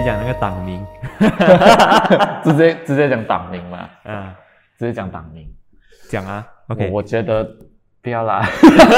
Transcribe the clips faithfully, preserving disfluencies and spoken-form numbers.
讲那个党名， 直接直接讲党名嘛， 嗯， 直接讲党名， 讲啊 ，OK， 我我觉得不要啦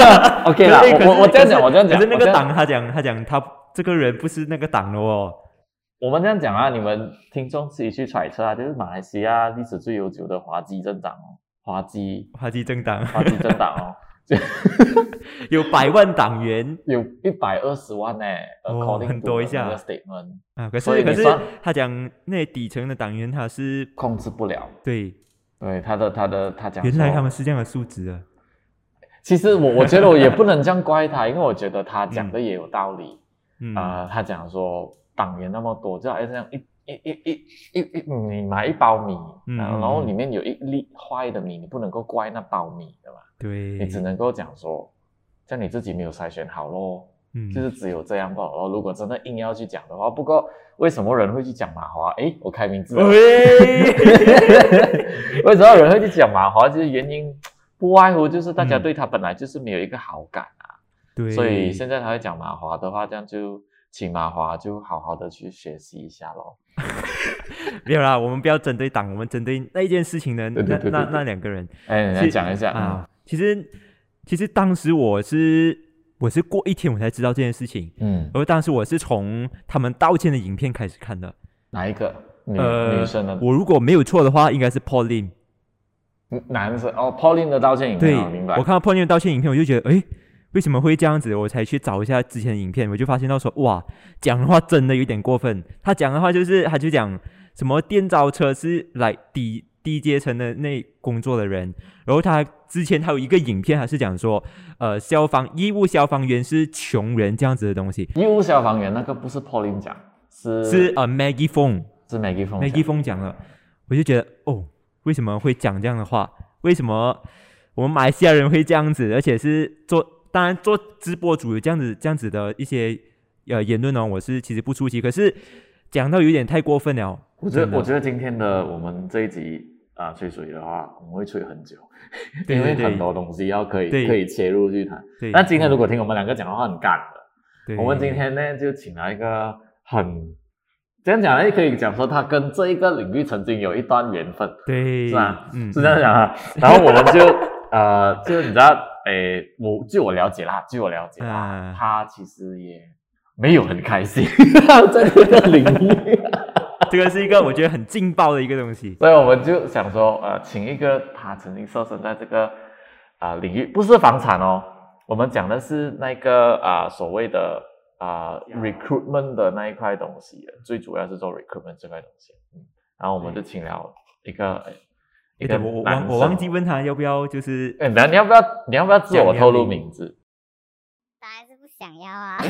，OK 啦， 可是我我我这样讲，我这样讲， 可是那个我这样党他讲他讲他这个人不是那个党的哦。 我们这样讲啊，你们听众自己去揣测啊，就是马来西亚历史最悠久的华基政党哦，华基华基政党， 华基政党哦， 有百万党员， 有一百二十万呢、 哦 according 很多一 to 下那个 statement 啊。可所是可是以你算他讲那底层的党员他是控制不了， 对， 对他的他的他讲说， 原来他们是这样的素质啊。 其实我我觉得我也不能这样怪他，因为我觉得他讲的也有道理， 嗯啊、呃，他讲说党员那么多，就好像一一一一一一你买一包米， 嗯然后然后里面有一粒坏的米，你不能够怪那包米的嘛， 对， 你只能够讲说，像你自己没有筛选好咯， 嗯就是只有这样罢了。如果真的硬要去讲的话，不过为什么人会去讲马华？诶，我开名字了， 喂为什么人会去讲马华？就是原因不外乎就是大家对他本来就是没有一个好感啊， 对， 所以现在他会讲马华的话，这样就请马华就好好的去学习一下咯。 没有啦，我们不要针对党，我们针对那一件事情的那对对对对那对那两个人。 哎，你来讲一下啊。其实其实当时我是我是过一天我才知道这件事情， 嗯， 而当时我是从他们道歉的影片开始看的。 哪一个女、 呃， 女生的？ 我如果没有错的话，应该是 Pauline。 男生哦 ，Pauline 的道歉影片， 对， 哦、明白。 我看到 Pauline 的道歉影片，我就觉得，诶，为什么会这样子？我才去找一下之前的影片，我就发现到说，哇，讲的话真的有点过分。他讲的话就是，他就讲什么电召车是来低低阶层的那工作的人，然后他之前还有一个影片，还是讲说，呃，消防义务消防员是穷人这样子的东西。 义务消防员那个不是 Pauline 讲，是是呃 Maggie Fong， 是 Maggie Fong Maggie Fong 讲了，我就觉得哦，为什么会讲这样的话？为什么我们马来西亚人会这样子？而且是做，当然做直播主有这样子这样子的一些呃言论呢，我是其实不出奇。可是讲到有点太过分了。 我觉得我觉得今天的我们这一集啊、呃、吹水的话，我们会吹很久， 对对对， 因为很多东西要可以对可以切入去谈。 对， 那今天如果听我们两个讲的话，很干的。 对， 我们今天呢就请来一个很。这样讲呢，可以讲说他跟这一个领域曾经有一段缘分， 对， 是吧？ 嗯， 是这样讲啊。然后我们就呃，就你知道，诶，我据我了解啦，据我了解啦， 啊他其实也没有很开心在这个领域， 这个是一个我觉得很劲爆的一个东西。 所以我们就想说，呃，请一个他曾经设身在这个啊、呃、领域，不是房产哦，我们讲的是那个啊、呃、所谓的。啊、呃、recruitment 的那一块东西，最主要是做 recruitment 这块东西，嗯，然后我们就请了一个一个我男生， 我忘记问他要不要，就是， 哎，等下你要不要你要不要自我透露名字？ 当然是不想要啊。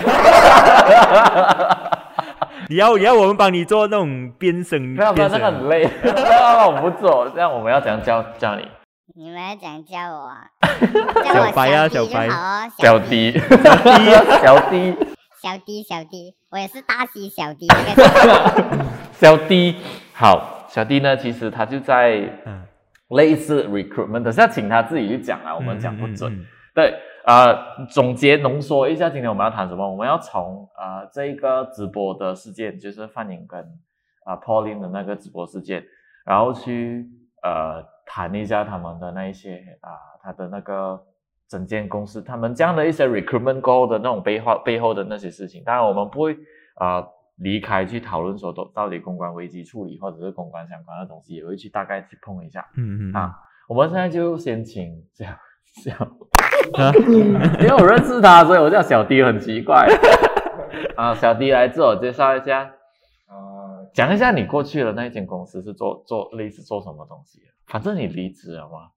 你要你要我们帮你做那种编声， 不要不要，那个很累，不要我不做，这样我们要怎样教教你？ 你们要讲教我啊？叫我小白啊， 小小白， 小弟，小弟，小弟。 小弟，小弟，我也是大西小弟。 小弟，好，小弟呢，其实他就在类似 recruitment，等下请他自己去讲啊，我们讲不准。 嗯嗯嗯、 对，呃，总结浓缩一下，今天我们要谈什么？我们要从呃这一个直播的事件，就是范颖跟啊、呃、Pauline 的那个直播事件，然后去呃谈一下他们的那一些啊、呃、他的那个。整间公司他们这样的一些 recruitment goal 的那种背后背后的那些事情，当然我们不会啊、呃、离开去讨论说到底公关危机处理或者是公关相关的东西，也会去大概去碰一下。 嗯嗯啊，我们现在就先请小小，因为我认识他，所以我叫小弟很奇怪啊。小弟来自我介绍一下，呃，讲一下你过去的那一间公司是做做类似做什么东西的，反正你离职了嘛。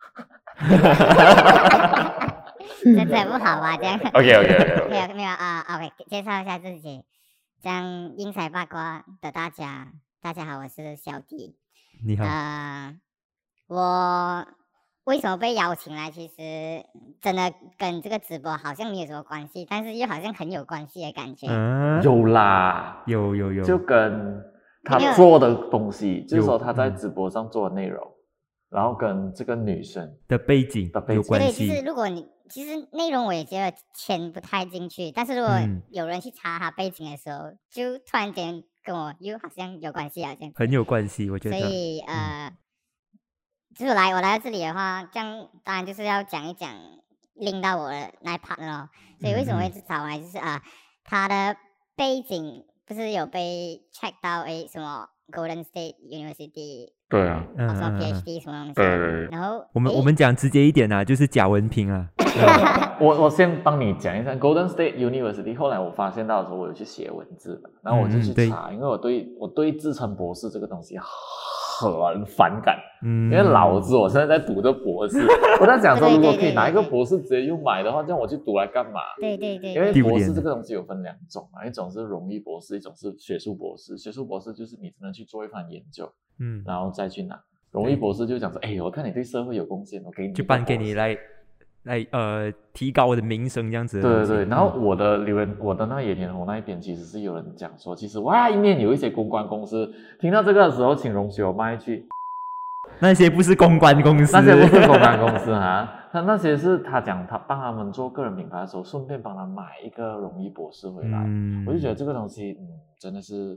这这不好吧？这样 OK OK OK 没有没有啊、uh, OK 介绍一下自己，这样英才八卦的大家，大家好，我是小弟。 你好。 呃，我为什么被邀请来？其实真的跟这个直播好像没有什么关系，但是又好像很有关系的感觉。 嗯， 有啦， 有有有， 就跟他做的东西，就是说他在直播上做的内容。然后跟这个女生的背景有关系。 对，就是如果你其实内容我也觉得牵不太进去，但是如果有人去查她背景的时候，嗯、就突然间跟我又好像有关系啊，这样很有关系，我觉得。 所以呃，嗯、就是来我来到这里的话，这样当然就是要讲一讲拎到我的那一 part 咯。所以为什么会找来，就是啊、呃，他的背景不是有被 check 到诶什么 Golden State University。 对啊， 嗯，什么 PhD 什么东西？ 对对对。 然后我们我们讲直接一点啊，就是假文凭啊。 我我先帮你讲一下 Golden State University。后来我发现到的时候，我有去写文字的，然后我就去查，嗯、因为我对我对自称博士这个东西很反感。嗯，因为老子我现在在读的博士，我在想说，如果可以拿一个博士直接用买的话，这样我去读来干嘛？ 对对对。 因为博士这个东西有分两种嘛，一种是荣誉博士，一种是学术博士。学术博士就是你只能去做一番研究，嗯，然后再去拿。荣誉博士就讲说，哎，我看你对社会有贡献，我给你就颁给你来来呃提高我的名声这样子的。 对对对，然后我的留言，我的那野田红那一边其实是有人讲说，其实外面有一些公关公司听到这个的时候，请容许我骂一句， 那些不是公关公司， 那些不是公关公司啊，他那些是他讲他帮他们做个人品牌的时候，顺便帮他买一个荣誉博士回来，嗯、我就觉得这个东西，嗯，真的是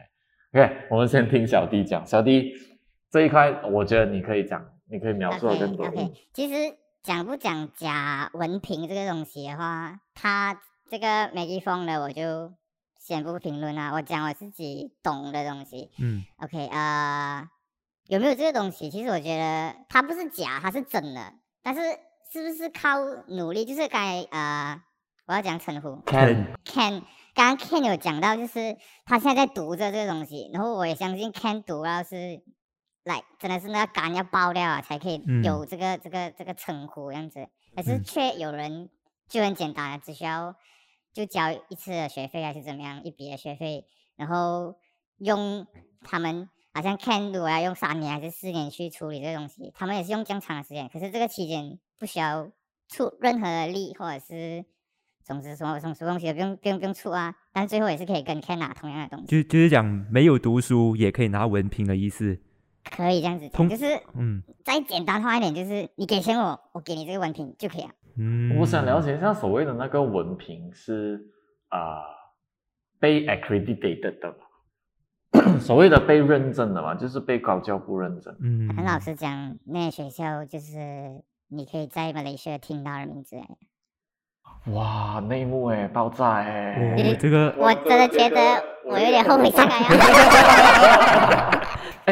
OK OK， 我们先听小弟讲，小弟。这一块我觉得你可以讲，你可以描述的更多。 Okay, okay. 其实讲不讲假文凭这个东西的话，他这个 Maggie Fong 的我就先不评论啦，我讲我自己懂的东西。嗯 ，OK， 呃，有没有这个东西？其实我觉得它不是假，它是真的。但是是不是靠努力？就是刚才呃，我要讲称呼 Ken Ken， 刚刚 Ken 有讲到，就是他现在在读着这个东西，然后我也相信 Ken 读到是。来，真的是那个肝要爆掉啊，才可以有这个、嗯、这个这个称呼这样子。可是却有人就很简单，只需要就交一次的学费还是怎么样，一笔的学费，然后用他们好像 Ken 如果要用三年还是四年去处理这个东西，他们也是用这样长的时间。可是这个期间不需要出任何的力，或者是总之什么什么东西都不用不用不用出啊，但最后也是可以跟 Ken 拿同样的东西。 就就是讲没有读书也可以拿文凭的意思。 可以这样子讲，就是嗯，再简单化一点，就是你给钱我，我给你这个文凭就可以了。 嗯，我想了解一下所谓的那个文凭是啊、呃、被 accredited 的嘛，所谓的被认证的嘛，就是被高教部认证。 嗯，很老实讲，那些学校就是你可以在马来西亚听到的名字。 哇，内幕哎，爆炸哎、 哦！这个我真的觉得我有点后悔上来啊。 哎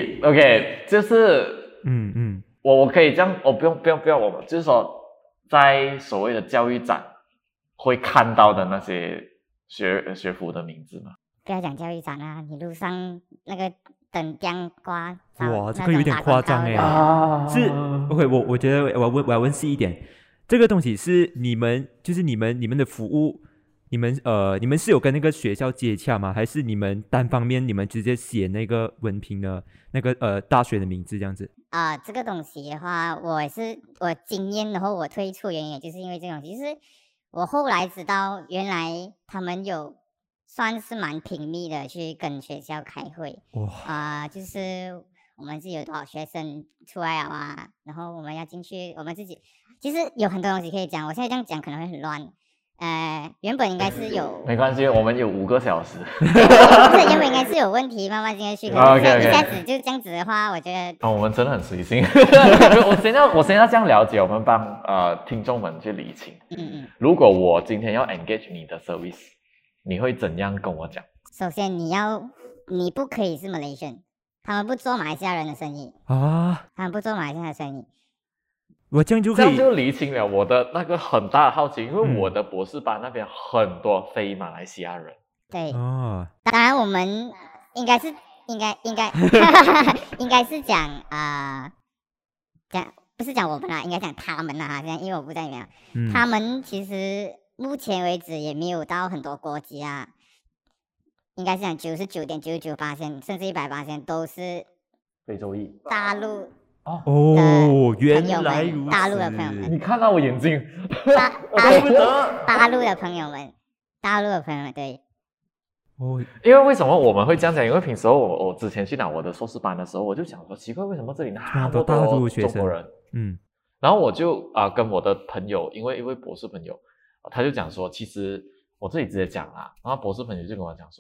，OK， 就是嗯嗯， 我我可以这样，我不用不用不用，我就是说，在所谓的教育展会看到的那些学学府的名字吗？ 不要讲教育展啊，你路上那个等将挂， 哇，这个有点夸张哎、啊，是 OK， 我我觉得我要问我要问细一点，这个东西是你们就是你们你们的服务。你们呃，你们是有跟那个学校接洽吗？还是你们单方面你们直接写那个文凭的那个呃大学的名字这样子？ 啊、呃，这个东西的话，我也是我经验，然后我退出原因也就是因为这种，其实我后来知道，原来他们有算是蛮频密的去跟学校开会。哇！啊、呃，就是我们是有多少学生出来了啊，然后我们要进去，我们自己其实有很多东西可以讲，我现在这样讲可能会很乱。呃，原本应该是有， 没关系，我们有五个小时。 不是，原本应该是有问题，慢慢进去。可是 okay, okay. 一下子就这样子的话，我觉得， 哦，我们真的很随性。我先要，我先要这样了解，我们帮呃听众们去理清。嗯嗯。如果我今天要 engage 你的 service， 你会怎样跟我讲？ 首先，你要，你不可以是 Malaysian， 他们不做马来西亚人的生意啊， 他们不做马来西亚的生意。 我这样就可以， 这样就厘清了我的那个很大的好奇，因为我的博士班那边很多非马来西亚人。 对，哦，当然我们应该是应该应该应该是讲啊，讲、呃、不是讲我们啦，应该讲他们啦，现在因为我不在里面、嗯，他们其实目前为止也没有到很多国籍啊，应该是讲九十九点九九八%，甚至一百八%都是非洲裔大陆。 哦，原来如此。 大陆的朋友们， 你看到我眼睛？ 大大陆大陆的朋友们，大陆的朋友们，对。 哦，因为为什么我们会这样讲？因为平时我我之前去拿我的硕士班的时候，我就想说，奇怪，为什么这里那么多大陆中国人？嗯，然后我就啊、呃、跟我的朋友，因为一位博士朋友，他就讲说，其实我这里直接讲啦，然后博士朋友就跟我讲说，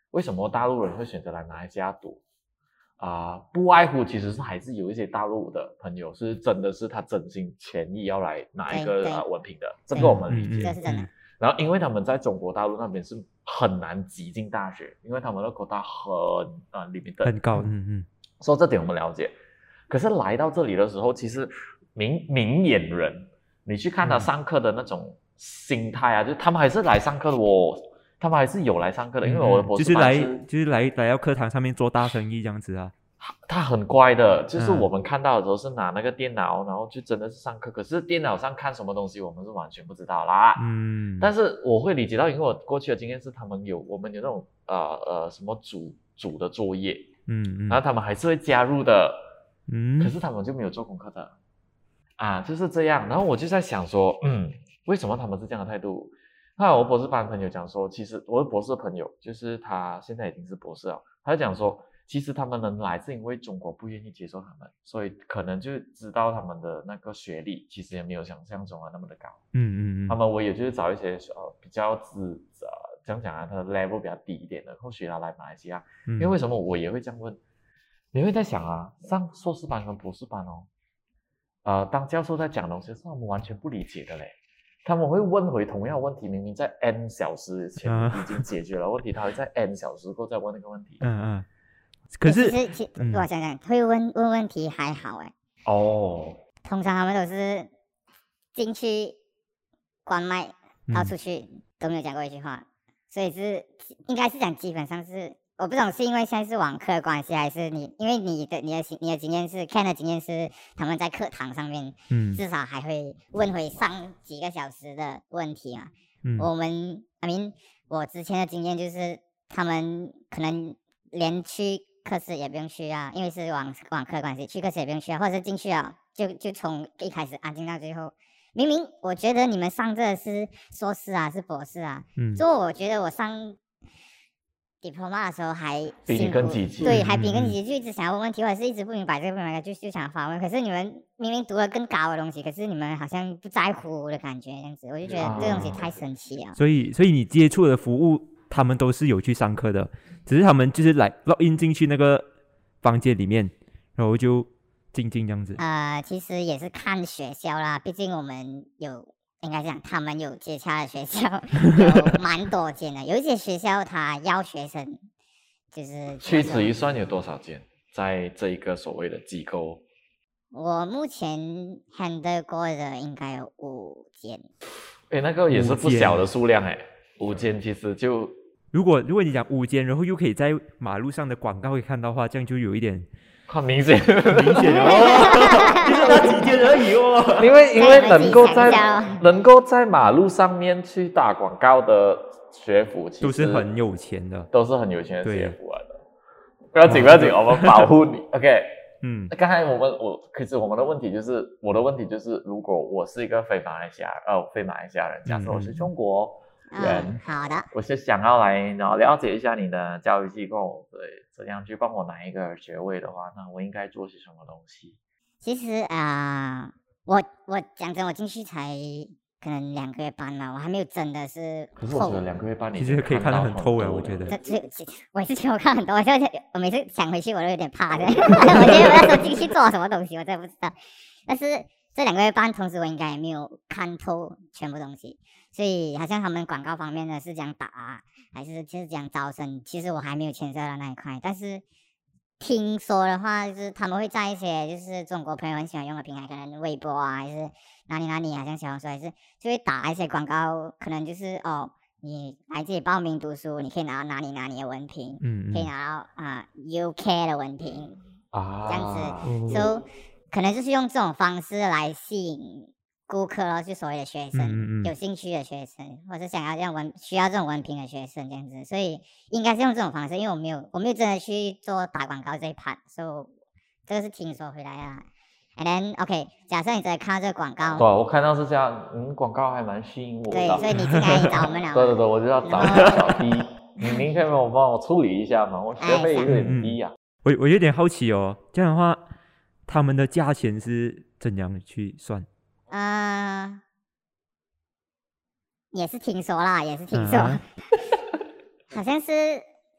为什么大陆人会选择来马来西亚读？啊、呃，不外乎其实是还是有一些大陆的朋友是真的是他真心全意要来拿一个啊、呃、文凭的，这个我们理解， 这是真的。 然后因为他们在中国大陆那边是很难挤进大学，因为他们的quota很呃 limited 很高，嗯嗯， 所以这点我们了解。可是来到这里的时候，其实明明眼人，你去看他上课的那种心态啊，嗯、就他们还是来上课的我。他们还是有来上课的，因为我的博士班是、 嗯、就是来就是来来到课堂上面做大生意这样子啊。 他很乖的，就是我们看到的时候是拿那个电脑，嗯、然后就真的是上课。可是电脑上看什么东西，我们是完全不知道啦。嗯，但是我会理解到，因为我过去的经验是，他们有我们有那种呃呃什么组组的作业，嗯嗯，然后他们还是会加入的，嗯，可是他们就没有做功课的，啊，就是这样。然后我就在想说，嗯，为什么他们是这样的态度？后来我博士班朋友讲说，其实我的博士朋友就是他现在已经是博士了，他就讲说，其实他们能来是因为中国不愿意接受他们，所以可能就知道他们的那个学历其实也没有想象中的那么的高。嗯嗯嗯。他们我也就是找一些呃比较资呃这样讲啊，他的 level 比较低一点的，或许他来马来西亚。嗯。因为为什么我也会这样问？你会在想啊，上硕士班跟博士班哦，呃，当教授在讲东西是我们完全不理解的嘞。他们会问回同样的问题，明明在 N 小时前已经解决了问题，他会在 N 小时后再问那个问题。嗯嗯。 可是， 其实，嗯、我想想，会问问问题还好哎。哦。通常他们都是进去关麦，到出去、嗯、都没有讲过一句话，所以是应该是讲基本上是。我不懂是因为现在是网课的关系，还是你因为你的你的你的经验是看的经验是他们在课堂上面，嗯，至少还会问回上几个小时的问题嘛。嗯，我们 I mean 我之前的经验就是他们可能连去课室也不用去啊，因为是网网课的关系，去课室也不用去啊，或者是进去啊，就就从一开始安静到最后。明明我觉得你们上这是硕士啊，是博士啊，嗯，所以我觉得我上。diploma 的时候还比你更积极， 对，还比你更积极，就一直想要问问题，或者是一直不明白这个不明白，就就想发问。可是你们明明读了更高的东西，可是你们好像不在乎的感觉，这样子，我就觉得这东西太神奇了。 所以，所以你接触的服务，他们都是有去上课的，只是他们就是来 login 进去那个房间里面，然后就静静这样子。 呃，其实也是看学校啦，毕竟我们有。应该讲，他们有接洽的学校有蛮多间的，有一些学校他要学生，就是屈指一算有多少间，在这一个所谓的机构？ 我目前 handle 过的应该有五间。 哎，那个也是不小的数量哎，五间其实就如果如果你讲五间，然后又可以在马路上的广告会看到的话，这样就有一点。 很明显， 很明显哦，就是那几天而已哦。 因为因为能够在能够在马路上面去打广告的学府，其实都是很有钱的， 都是很有钱的学府来的。不要紧，不要紧，我们保护你。OK， 嗯，刚才我们我可是我们的问题就是，我的问题就是，如果我是一个非马来西亚呃非马来西亚人，假设我是中国人， 嗯、好的， 我是想要来然后了解一下你的教育机构，对。怎样去帮我拿一个学位的话，那我应该做些什么东西？ 其实啊、呃，我我讲真，我进去才可能两个月半嘛，我还没有真的是。 可是我觉得两个月半你其实可以看得很透了，我觉得。 这这我也是觉得我看很多，我就我每次想回去我都有点怕的，我觉得我那时候进去做什么东西，我真的不知道。但是这两个月半，同时我应该也没有看透全部东西，所以好像他们广告方面的是这样打、啊。还是就是讲招生，其实我还没有牵涉到那一块，但是听说的话，就是他们会在一些就是中国朋友很喜欢用的平台，可能微博啊，还是哪里哪里，好像小红书，还是就会打一些广告，可能就是哦，你来这里报名读书，你可以拿到哪里哪里的文凭，嗯，可以拿到啊、呃、U K 的文凭啊，这样子，所以、so, 可能就是用这种方式来吸引。顾客咯，就所谓的学生、嗯嗯，有兴趣的学生，或者想要这样文需要这种文凭的学生这样子，所以应该是用这种方式，因为我没有我没有真的去做打广告这一 part， 所以这个是听说回来啊。And then OK， 假设你在看到这个广告， 对，我看到是这样，嗯，广告还蛮吸引我的。 对，所以你进来找我们了。 对对对，我就要找小弟，你您可以帮我帮我处理一下吗？我学费有点低啊。 我我有点好奇哦，这样的话，他们的价钱是怎样去算？ 呃，也是听说啦，也是听说，嗯、好像是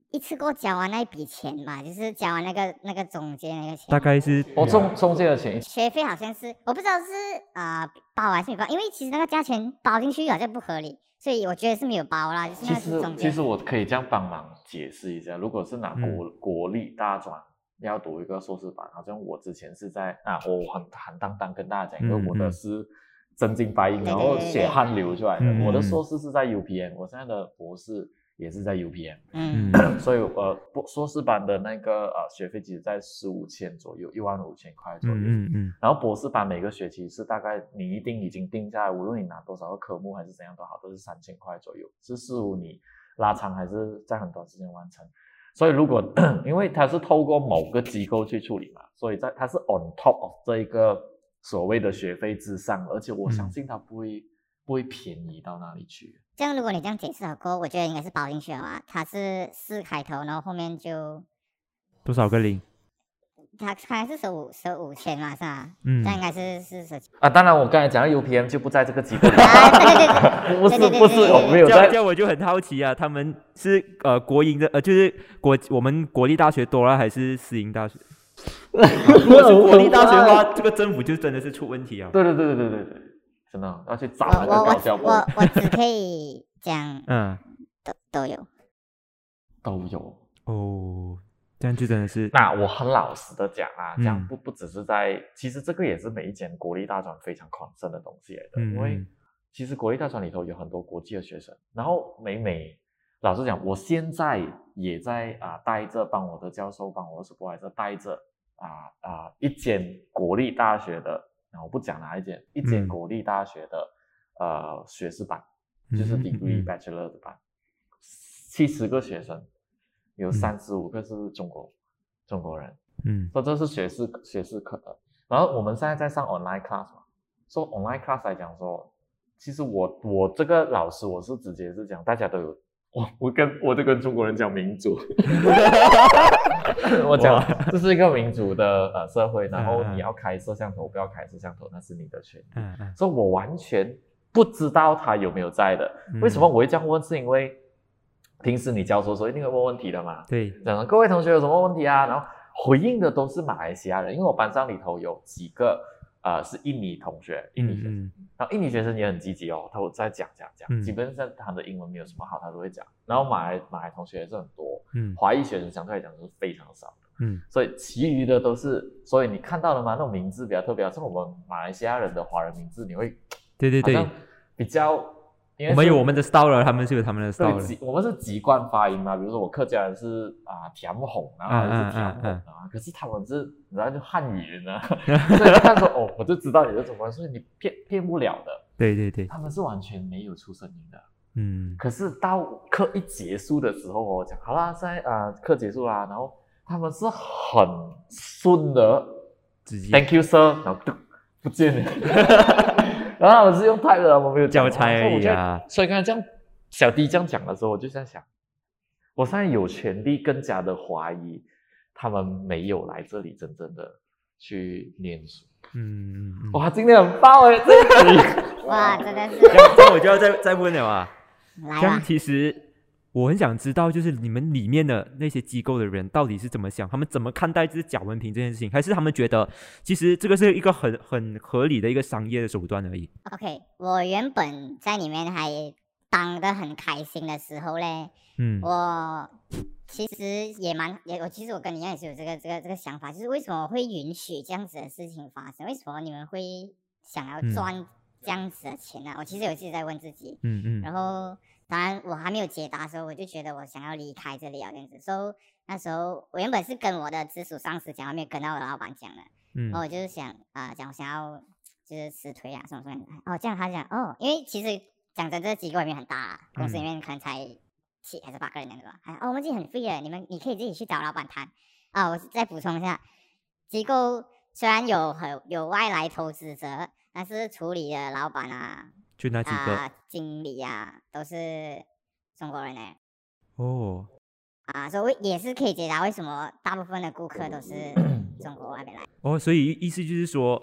一次过交完那一笔钱吧，就是交完那个那个中介那个钱。 大概是我、哦、中中介的钱， 学费好像是我不知道是啊、呃、包还是没包，因为其实那个价钱包进去好像不合理，所以我觉得是没有包啦。就是、 其实其实我可以这样帮忙解释一下，如果是拿国、嗯、国立大专要读一个硕士班，好像我之前是在啊，我很坦荡荡跟大家讲，因为我的是真金白银，然后血汗流出来的。 嗯、 我的硕士是在 U P M， 我现在的博士也是在 U P M， 嗯， 所以呃，硕士班的那个呃学费其实在四五千左右，一万五千块左右。 嗯嗯。 然后博士班每个学期是大概你一定已经定下来，无论你拿多少个科目还是怎样都好，都是三千块左右，是视乎你拉长还是在很短时间完成。所以如果因为它是透过某个机构去处理嘛，所以在它是 on top of 这一个所谓的学费之上，而且我相信它不会、嗯、不会便宜到哪里去。 这样如果你这样解释好过后，我觉得应该是包进去了啊。它是四开头，然后后面就多少个零？ 它开是十五十五千嘛，是吧？ 嗯， 这样应该是是十啊。当然，我刚才讲的 U P M 就不在这个机构里。 啊，对对对， 不是不是，我没有在。 这样我就很好奇啊，他们是呃国营的呃，就是国我们国立大学多了还是私营大学？如果是国立大学的话，这个政府就真的是出问题啊。 对对对对对对，真的要去找那个高教部。 我我我我只可以讲， 嗯， 都都有， 都有哦。这样就真的是， 那我很老实的讲啊，这样不不只是在，其实这个也是每一间国立大专非常狂盛的东西来的， 嗯、 因为其实国立大专里头有很多国际的学生，然后每每老实讲，我现在也在啊带着帮我的教授帮我的 supervisor 带着啊啊一间国立大学的，然后我不讲哪一间，一间国立大学的、嗯、呃学士班，就是 degree、嗯、bachelor 的班，七十个学生。有三十五个是中国、嗯、中国人， 嗯， 说这是学士学士课的。然后我们现在在上 online class 嘛，说 online class 来讲说，其实我我这个老师我是直接是讲大家都有，我我跟我就跟中国人讲民主，我讲这是一个民主的呃社会，然后你要开摄像头不要开摄像头那是你的权利， 嗯嗯， 所以我完全不知道他有没有在的。 嗯、 为什么我会这样问？是因为平时你教授的时候一定会问问题的嘛？ 对， 讲各位同学有什么问题啊？然后回应的都是马来西亚人，因为我班上里头有几个呃是印尼同学，印尼学生，嗯嗯、然后印尼学生也很积极哦，他会在讲讲讲，嗯、基本上他的英文没有什么好，他都会讲。然后马来马来同学也是很多，嗯，华裔学生相对来讲是非常少的，嗯，所以其余的都是，所以你看到了吗？那种名字比较特别，像我们马来西亚人的华人名字，你会对对对， 比较。 我们有我们的 style 了，他们是有他们的 style 了。 我们是籍贯发音嘛，比如说我客家人是啊甜红，然后是甜红啊，可是他们是你知道就汉语呢，所以看说哦，我就知道你是中国人，所以你骗骗不了的。 对对对， 他们是完全没有出声音的。 嗯， 可是到课一结束的时候，我讲好啦，现在啊课结束啦，然后他们是很顺的， 直接 Thank you sir， 然后不见了。然后我是用泰的，我没有交差而已啊。 所以刚才这样小弟这样讲的时候，我就在想，我现在有权利更加的怀疑他们没有来这里真正的去念书。 嗯，嗯哇，今天很棒哎，这一集哇，真的是。 这样我就要再再问了啊。 来这样其实我很想知道，就是你们里面的那些机构的人到底是怎么想，他们怎么看待就是假文凭这件事情，还是他们觉得其实这个是一个很很合理的一个商业的手段而已。 OK， 我原本在里面还当得很开心的时候嘞，嗯，我其实也蛮也我其实我跟你一样也是有这个这个这个想法，就是为什么会允许这样子的事情发生？为什么你们会想要赚这样子的钱呢、啊？嗯、我其实有自己在问自己，嗯嗯，然后。当然，我还没有解答的时候，我就觉得我想要离开这里啊，这样子。所以那时候我原本是跟我的直属上司讲，还没有跟到我的老板讲的。嗯，然后我就是想啊，讲、呃、我想要就是辞退啊，什么什么。哦，这样他讲哦，因为其实讲真，这个机构里面很大、啊，公司里面可能才七还是八个人那个吧。哦，我们自己很 free 的，你们你可以自己去找老板谈。啊，我再补充一下，机构虽然有很有外来投资者，但是处理的老板啊。 就那几个、 啊、经理啊，都是中国人呢。 哦， 啊，所以也是可以解答为什么大部分的顾客都是中国那边来。 哦，所以意思就是说，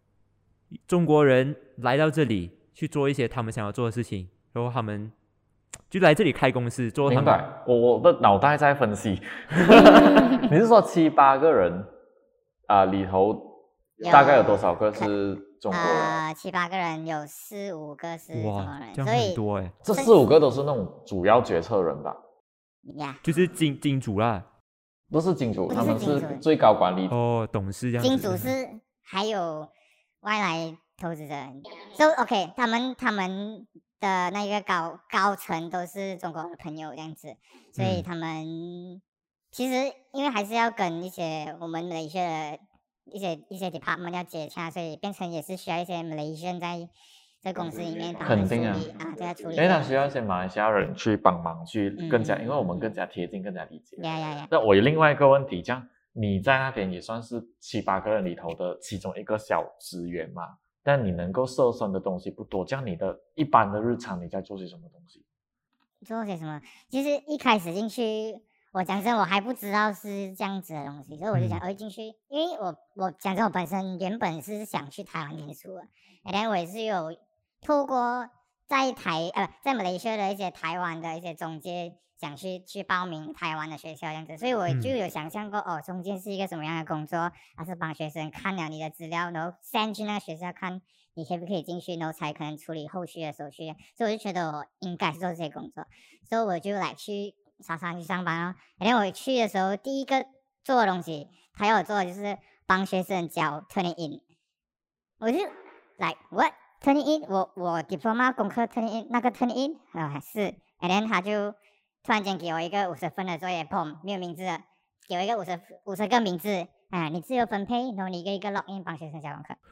中国人来到这里去做一些他们想要做的事情，然后他们就来这里开公司做他们。 明白，我我的脑袋在分析。你是说七八个人啊、呃、里头大概有多少个是中国人？ 呃，七八个人有四五个是中国人， 这样所以很多哎、欸。 这四五个都是那种主要决策人吧？ 呀， 就是金金主啦。 不是金主， 不是他们是金主最高管理。 哦，董事这样子。 金主是还有外来投资者。So OK， 他们他们的那个高高层都是中国的朋友这样子，所以他们、嗯、其实因为还是要跟一些我们的一些一些一些 department 要接洽，所以变成也是需要一些 Malaysian 在在公司里面帮忙处理啊，对啊，处理。 因为他需要一些马来西亚人去帮忙，去更加，嗯、因为我们更加贴近，更加理解。 呀呀呀！ 那我有另外一个问题，这样你在那边也算是七八个人里头的其中一个小职员嘛？但你能够涉身的东西不多，这样你的一般的日常你在做些什么东西？ 做些什么？其实一开始进去，我讲真，我还不知道是这样子的东西，所以我就想，我、嗯、进去，因为我我讲真，我本身原本是想去台湾念书的，然后我也是有透过在台呃在马来西亚的一些台湾的一些中介，想去去报名台湾的学校这样子，所以我就有想象过、嗯、哦，中介是一个什么样的工作，还是帮学生看了你的资料，然后 send 去那个学校看你可不可以进去，然后才可能处理后续的手续，所以我就觉得我应该是做这些工作，所以我就来去沙沙去上班哦。然后我去的时候，第一个做的东西，他要我做的就是帮学生教 turning in， 我就 like what turning in， 我我 diploma 功课 turning in 那个 turning in 啊、哦、是 ，and then 他就突然间给我一个五十分的作业 ，boom 没有名字的，给我一个五十五十个名字。啊，你自由分配，然后你一个一个 log in 帮学生教功课。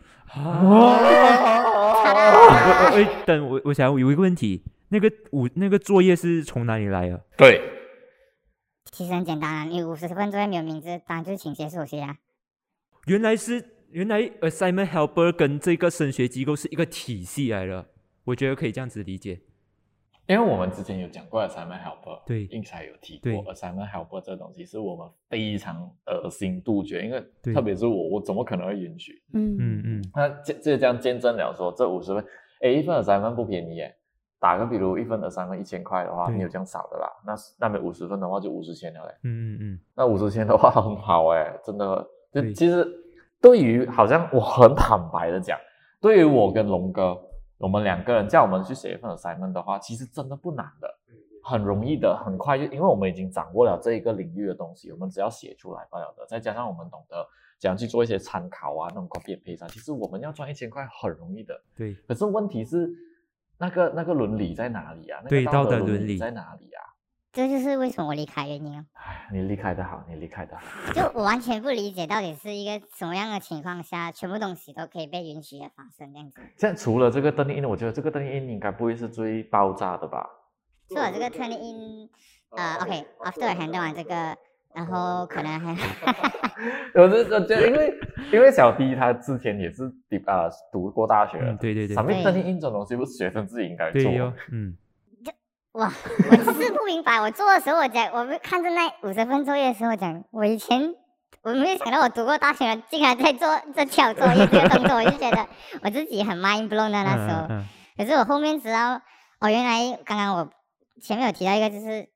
啊！哎，等我，我想有一个问题，那个五那个作业是从哪里来的？ 对， 其实很简单啊，你五十份作业没有名字，当然就是请写手写啊。 原来是原来 assignment helper 跟这个升学机构是一个体系来的，我觉得可以这样子理解。 因为我们之前有讲过 assignment helper， 对， 应才有提过 assignment helper 这东西是我们非常恶心杜绝，因为特别是我，我怎么可能会允许？ 嗯嗯嗯。 那这这这样见证了说，这五十分，哎，一份 assignment 不便宜耶。打个比如，一份 assignment 一千块的话，没有这样少的啦。那那边五十分的话就五十千了嘞。 嗯嗯嗯。 那五十千的话很好哎，真的。就其实对于好像我很坦白的讲，对于我跟龙哥。我们两个人叫我们去写一份 assignment 的话，其实真的不难的，很容易的，很快就，因为我们已经掌握了这一个领域的东西，我们只要写出来罢了的，再加上我们懂得怎样去做一些参考啊，那种 copy and paste 啊，其实我们要赚一千块很容易的。 对。 可是问题是，那个那个伦理在哪里啊？ 对， 那个道德伦理在哪里啊？ 这就是为什么我离开原因哦。 唉，你离开的好，你离开的好。 就我完全不理解，到底是一个什么样的情况下，全部东西都可以被允许的发生这样子。 现在除了这个 turning in， 我觉得这个 turning in 应该不会是最爆炸的吧？ 除了这个 turning in， 呃 ，OK，after、okay, 我 handle 完这个，然后可能还， 我是我觉得，因为因为小弟他之前也是啊、呃、读过大学的、 嗯，对对对， 上面 turning in 这种东西不是学生自己应该做， 对哟，嗯。 哇，我只是不明白。我做的时候，我讲，我看着那五十份作业的时候，我讲，我以前我没有想到我读过大学，竟然在做这小作业这个动作，我就觉得我自己很 mind blown 的那时候。嗯嗯嗯、可是我后面知道，哦，原来刚刚我前面有提到一个就是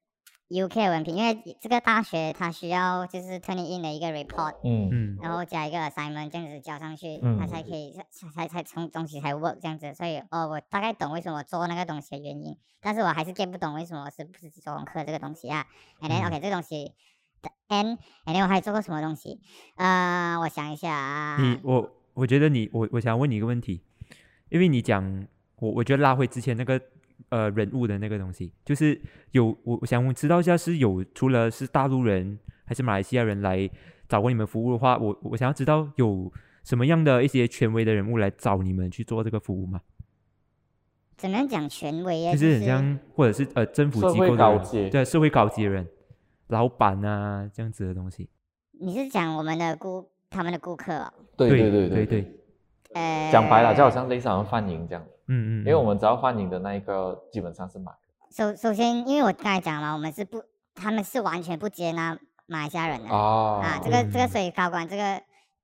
U K 的文凭，因为这个大学它需要就是 turning in 的一个 report， 嗯嗯，然后加一个 assignment 这样子交上去，嗯、它才可以才才从东西才 work 这样子。所以哦，我大概懂为什么我做那个东西的原因。但是我还是 get 不懂为什么我是不是做功课这个东西啊 ？And then、嗯、OK 这个东西 ，and and then 我还做过什么东西？呃，我想一下啊。 你我我觉得你我我想问你一个问题，因为你讲我我觉得拉回之前那个呃人物的那个东西，就是有我我想知道一下是有除了是大陆人还是马来西亚人来找过你们服务的话，我我想要知道有什么样的一些权威的人物来找你们去做这个服务吗？ 怎么样讲权威啊？ 就是很像，或者是呃政府机构的人，对社会高级的人，老板啊这样子的东西。 你是讲我们的顾他们的顾客哦？ 对对对对对。 呃， 讲白了，就好像类似好像范宁这样。 嗯嗯。 因为我们知道范宁的那一个基本上是买。 首首先，因为我刚才讲了，我们是不，他们是完全不接纳马来西亚人的。 哦。 啊，这个这个所以高管这个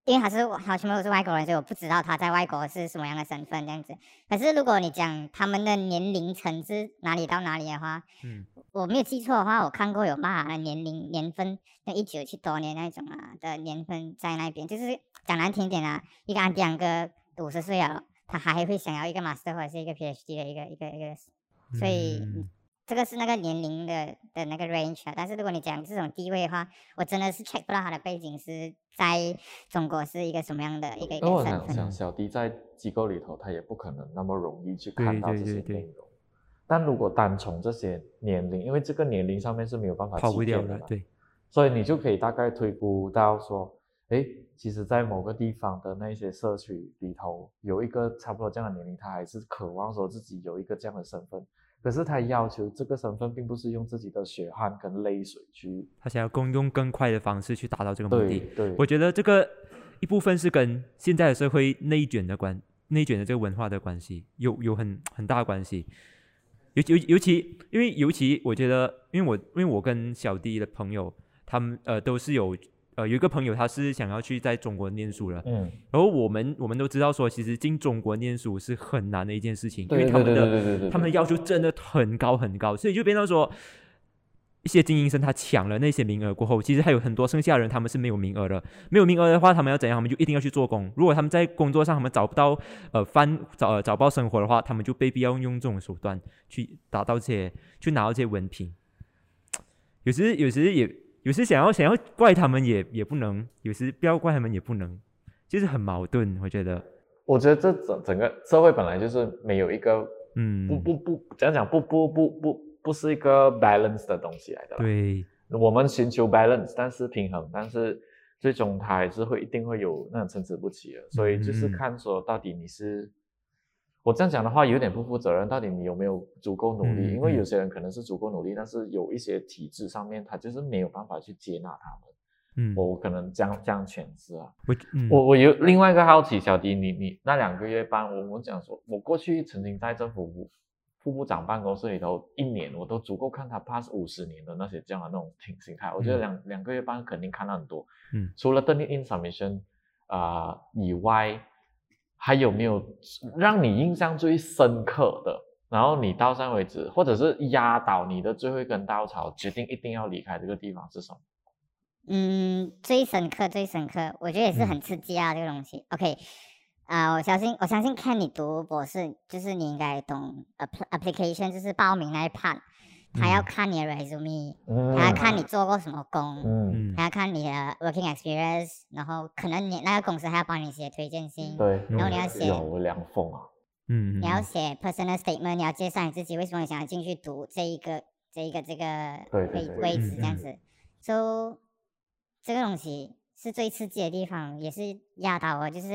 因为他是他全部都是外国人，所以我不知道他在外国是什么样的身份这样子。可是如果你讲他们的年龄层是哪里到哪里的话，嗯，我没有记错的话，我看过有骂的年龄年份，那一九七多年那种啊的年份在那边，就是讲难听点啊，一个安迪两个五十岁了，他还会想要一个 master 或者是一个 PhD 的一个一个一个，所以。嗯这个是那个年龄的的那个 range 啊，但是如果你讲这种地位的话，我真的是 check 不到他的背景是在中国是一个什么样的一个一个身份。 我想想，小弟在机构里头，他也不可能那么容易去看到这些内容。但如果单从这些年龄，因为这个年龄上面是没有办法跑不掉的， 对， 所以你就可以大概推估到说，哎，其实在某个地方的那些社区里头，有一个差不多这样的年龄，他还是渴望说自己有一个这样的身份。可是他要求这个身份并不是用自己的血汗跟泪水去， 他想要更用更快的方式去达到这个目的。 对，对我觉得这个一部分是跟现在的社会内卷的关内卷的这个文化的关系有有很很大的关系。尤尤尤其因为尤其我觉得，因为我因为我跟小弟的朋友，他们呃都是有。呃，有一个朋友他是想要去在中国念书的，嗯，然后我们我们都知道说，其实进中国念书是很难的一件事情，因为他们的他们的要求真的很高很高，所以就变成说，一些精英生他抢了那些名额过后，其实还有很多剩下的人他们是没有名额的，没有名额的话，他们要怎样？他们就一定要去做工。如果他们在工作上他们找不到呃饭找呃找不到生活的话，他们就被逼要用这种手段去达到这些去拿到这些文凭。有时有时也。有时想要想要怪他们也也不能，有时不要怪他们也不能，就是很矛盾。我觉得， 我觉得这整整个社会本来就是没有一个，嗯，不不不，怎样讲不不不不不是一个 balance 的东西来的。 对， 我们寻求 balance， 但是平衡，但是最终它还是会一定会有那种参差不齐的。所以就是看说到底你是。嗯我这样讲的话有点不负责任，到底你有没有足够努力？嗯、因为有些人可能是足够努力，但是有一些体制上面他就是没有办法去接纳他们。嗯，我可能这样这样诠释啊。我、嗯、我我有另外一个好奇，小迪，你你那两个月半，我我讲说，我过去曾经在政府部副部长办公室里头一年，我都足够看他 pass 五十年的那些这样的那种形态。我觉得两、嗯、两个月半肯定看到很多。嗯，除了 turn it in submission 啊、呃、以外。还有没有让你印象最深刻的？然后你到现在为止，或者是压倒你的最后一根稻草，决定一定要离开这个地方是什么？ 嗯，最深刻、最深刻，我觉得也是很刺激啊，嗯、这个东西。OK， 啊、呃，我相信，我相信看你读博士，就是你应该懂 application， 就是报名那一 part。他要看你的 resume，、嗯、他要看你做过什么工，嗯、他要看你的 working experience， 然后可能你那个公司还要帮你写推荐信， 对， 然后你要写有凉风啊， 嗯，你要写 personal statement， 你要介绍你自己为什么想要进去读这一个这一个这个位位置这样子，所以、so, 这个东西是最刺激的地方，也是压倒我，就是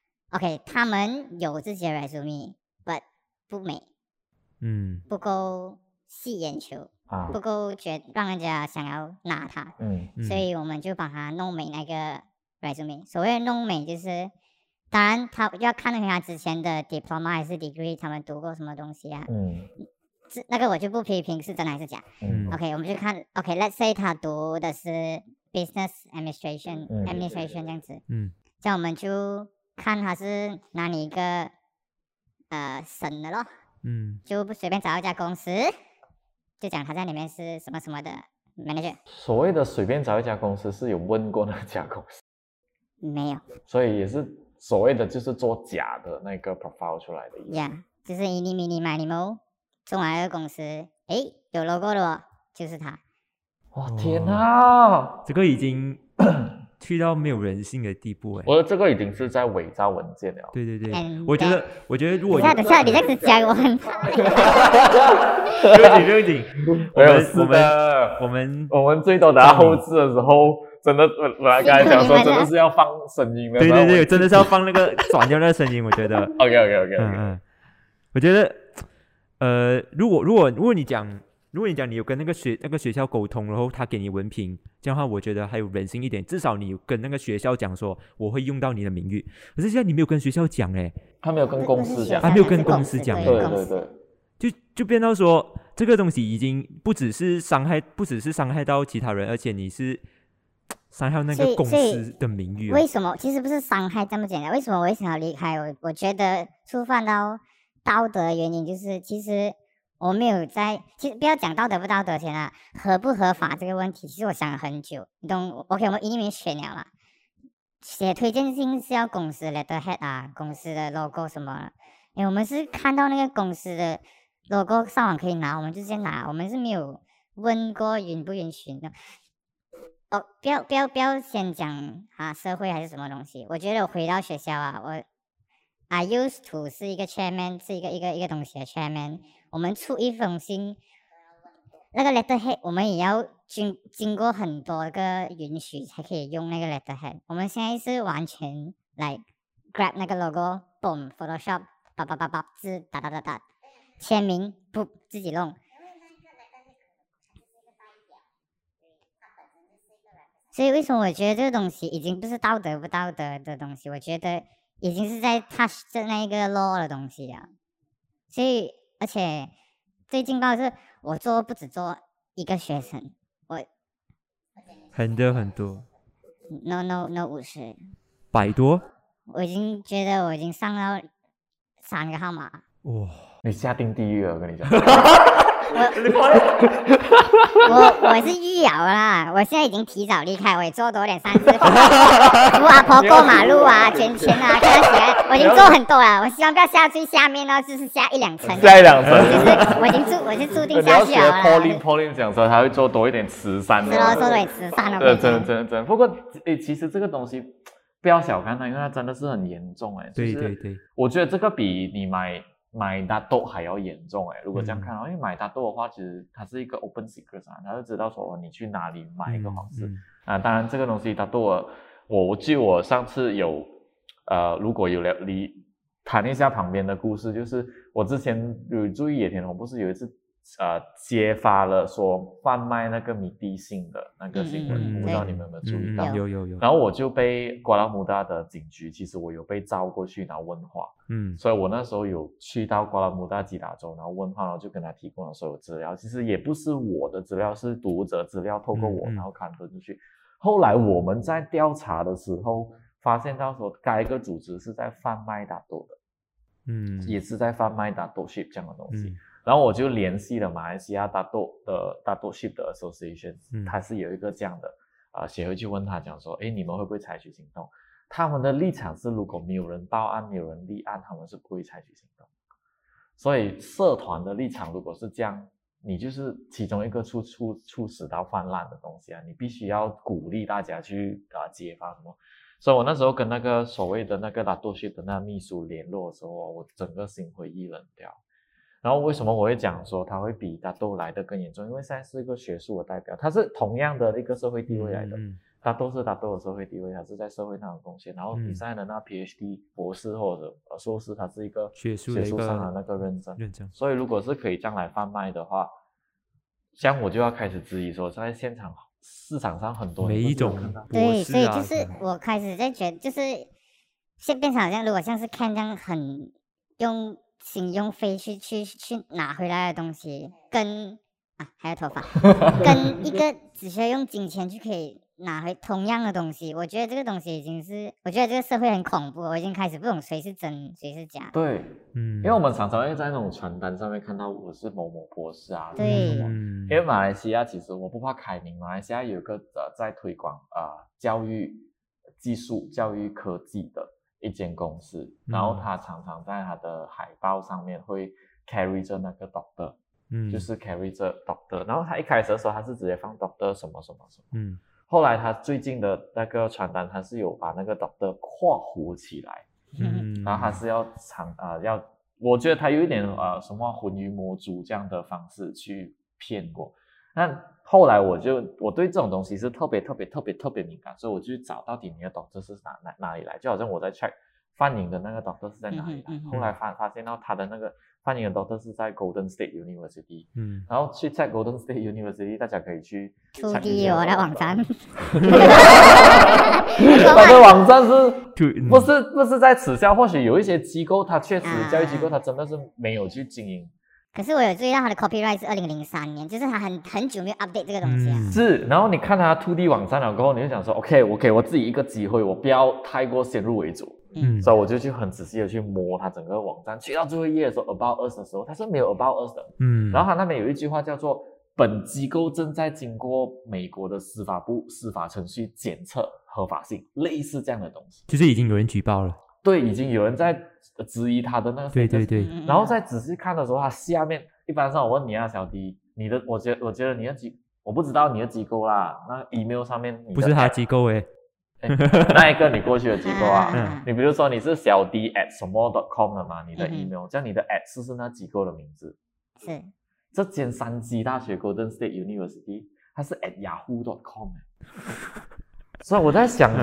OK， 他们有自己的 resume，but 不美，嗯，不够。吸眼球、啊、不够觉让人家想要拿它，嗯，所以我们就把它弄美那个 resume。所谓的弄美就是，当然他要看他之前的 diploma 还是 degree， 他们读过什么东西啊，嗯，那个我就不批评是真还是假，嗯 ，OK， 我们就看 ，OK，let's、okay, say 他读的是 business administration、嗯、administration 这样子，嗯，这样我们就看他是哪里一个呃省的咯，嗯，就不随便找一家公司。就讲他在里面是什么什么的 manager。 所谓的随便找一家公司是有问过那家公司？ 没有。 所以也是所谓的就是做假的那个 profile 出来的意思。 呀、yeah, ，就是一厘米你买你某中来的公司，诶，有 logo 的哦，就是他。 哇天啊， 这个已经去到没有人性的地步哎！ 我的这个已经是在伪造文件了。 对对对，嗯、我觉得，我觉得如果等下等下，你这样子讲我很怕。 不用紧不用紧， 没有事的。 我们我们最多等下后置的时候，真的本来刚才讲说真的是要放声音的。 对对对，真的是要放那个转掉那个声音，我觉得。 OK OK OK OK， 嗯嗯，我觉得，呃，如果如果如果你讲。如果你讲你有跟那个学那个学校沟通，然后他给你文凭，这样的话我觉得还有人性一点，至少你跟那个学校讲说我会用到你的名誉。可是现在你没有跟学校讲哎， 他没有跟公司讲， 他没有跟公司讲， 对对对， 就就变到说这个东西已经不只是伤害，不只是伤害到其他人，而且你是伤害那个公司的名誉、啊。 为什么？其实不是伤害这么简单。为什么我会想要离开？我我觉得触犯到道德的原因就是，其实我没有在，其实不要讲道德不道德先啊，合不合法这个问题，其实我想了很久。你懂 ？OK， 我们移民选了嘛，写推荐信是要公司 letterhead 啊，公司的 logo 什么。因为我们是看到那个公司的 logo 上网可以拿，我们就先拿，我们是没有问过允不允许的。哦，不要不要不要先讲啊，社会还是什么东西？我觉得我回到学校啊，我 I used to 是一个 chairman， 是一个一个一个东西的 chairman。我们出一封信，那个 letterhead 我们也要经经过很多个允许才可以用那个 letterhead。我们现在是完全来 grab 那个 logo，boom Photoshop， 叭叭叭叭字打打打打，签名不自己弄。所以为什么我觉得这个东西已经不是道德不道德的东西，我觉得已经是在 touch 这那个 law 的东西了。所以而且最劲爆的是，我做不止做一个学生，我很多很多 no no no 五十百多， 我已经觉得我已经上到三个号码。 哇！ 你下定地狱了，我跟你讲。 我我我是预摇啦，我现在已经提早离开，我也做多点善事，扶阿婆过马路啊，捐钱啊，看到起来，我已经做很多了。我希望不要下最下面哦，就是下一两层， 下一两层， 就是我已经注，我是注定下去了。 Pauline Pauline 讲说他会做多一点慈善的， 是咯，做多点慈善的。 对，真的真的真的。不过诶，其实这个东西不要小看它，因为它真的是很严重诶。 对对对， 我觉得这个比你买。买大豆还要严重哎！如果这样看的话，嗯、因为买大豆的话，其实它是一个 open secret 啊，他就知道说你去哪里买一个好事、嗯嗯、啊。当然，这个东西大豆我我据我上次有呃，如果有了离谈一下旁边的故事，就是我之前有注意野田红不是有一次呃揭发了说贩卖那个米地信的那个新闻，嗯、不知道你们有没有注意到？ 嗯、有有有。 然后我就被瓜拉姆达的警局，其实我有被召过去，然后问话。嗯，所以我那时候有去到瓜拉姆达吉打州，然后问话，然后就跟他提供了所有资料。其实也不是我的资料，是读者资料，透过我、嗯、然后刊登出去。后来我们在调查的时候，发现到说该个组织是在贩卖大豆的，嗯，也是在贩卖大豆 ship 这样的东西。嗯、然后我就联系了马来西亚大豆的大豆 ship 的 association，嗯，它是有一个这样的啊、呃、协会去问他讲说，诶，你们会不会采取行动？他们的立场是，如果没有人报案、没有人立案，他们是不会采取行动。所以社团的立场如果是这样，你就是其中一个促促促使到泛滥的东西啊，你必须要鼓励大家去啊揭发什么。所以我那时候跟那个所谓的那个拉多西的那秘书联络的时候，我整个心灰意冷掉。然后为什么我会讲说他会比大豆来的更严重？因为现在是一个学术的代表，他是同样的一个社会地位来的。嗯嗯，大豆是大豆的社会地位，他是在社会上的贡献。然后比赛的那 PhD 博士或者硕士，他是一个学术学术上的那个认证。 认证。 所以如果是可以这样来贩卖的话，像我就要开始质疑说，在现场市场上很多每一种对，所以就是我开始在觉得，就是现变成好像如果像是看这样很用心用肺去去去拿回来的东西，跟啊还有头发，跟一个只需要用金钱就可以拿回同样的东西，我觉得这个东西已经是，我觉得这个社会很恐怖，我已经开始不懂谁是真谁是假。 对，嗯，因为我们常常会在那种传单上面看到我是某某博士啊， 对， 嗯，因为马来西亚其实我不怕开明，马来西亚有个呃在推广啊、呃、教育技术、教育科技的一间公司，嗯、然后他常常在他的海报上面会 carry 着那个 doctor， 嗯，就是 carry 着 doctor， 然后他一开始的时候他是直接放 doctor 什么什么什么，嗯。后来他最近的那个传单，他是有把那个 doctor 括弧起来，嗯，然后他是要长啊、呃、要，我觉得他有一点呃什么混于魔族这样的方式去骗过。那后来我就我对这种东西是特别特别特别特别敏感，所以我就去找到底你的 doctor 是哪哪哪里来，就好像我在 check 范宁的那个 doctor 是在哪里来，嗯嗯嗯、后来发发现到他的那个范宁的 doctor 是在 Golden State University， 嗯，然后去在 Golden State University， 大家可以去 two D 我的网站， 他的网站是不是不是在耻笑？或许有一些机构，它确实、啊、教育机构它真的是没有去经营可是我有注意到他的 copyright 是二零零三年，就是他很很久没有 update 这个东西啊。 嗯是，然后你看他 two D 网站了过后，你就想说 OK 我给我自己一个机会，我不要太过先入为主。 嗯， 所以我就去很仔细的去摸它整个网站，去到最后一页的时候 About Us 的时候，它是没有 About Us 的。 嗯， 然后它那边有一句话叫做本机构正在经过美国的司法部司法程序检测合法性，类似这样的东西。 就是已经有人举报了。 对，已经有人在质疑他的那个。 对对对。 嗯然后再仔细看的时候，它下面一般上我问你啊，小迪，你的我觉我觉得你的机我不知道你的机构啦，那 email 上面你的不是他机构诶。 欸、那一个你过去的机构啊， 嗯你比如说你是小 D at 什么 dot com 的嘛，你的嗯 email，、这样你的 at 是是那机构的名字。 是。 这间山鸡大学 Golden State University， 它是 at yahoo dot com 所以我在想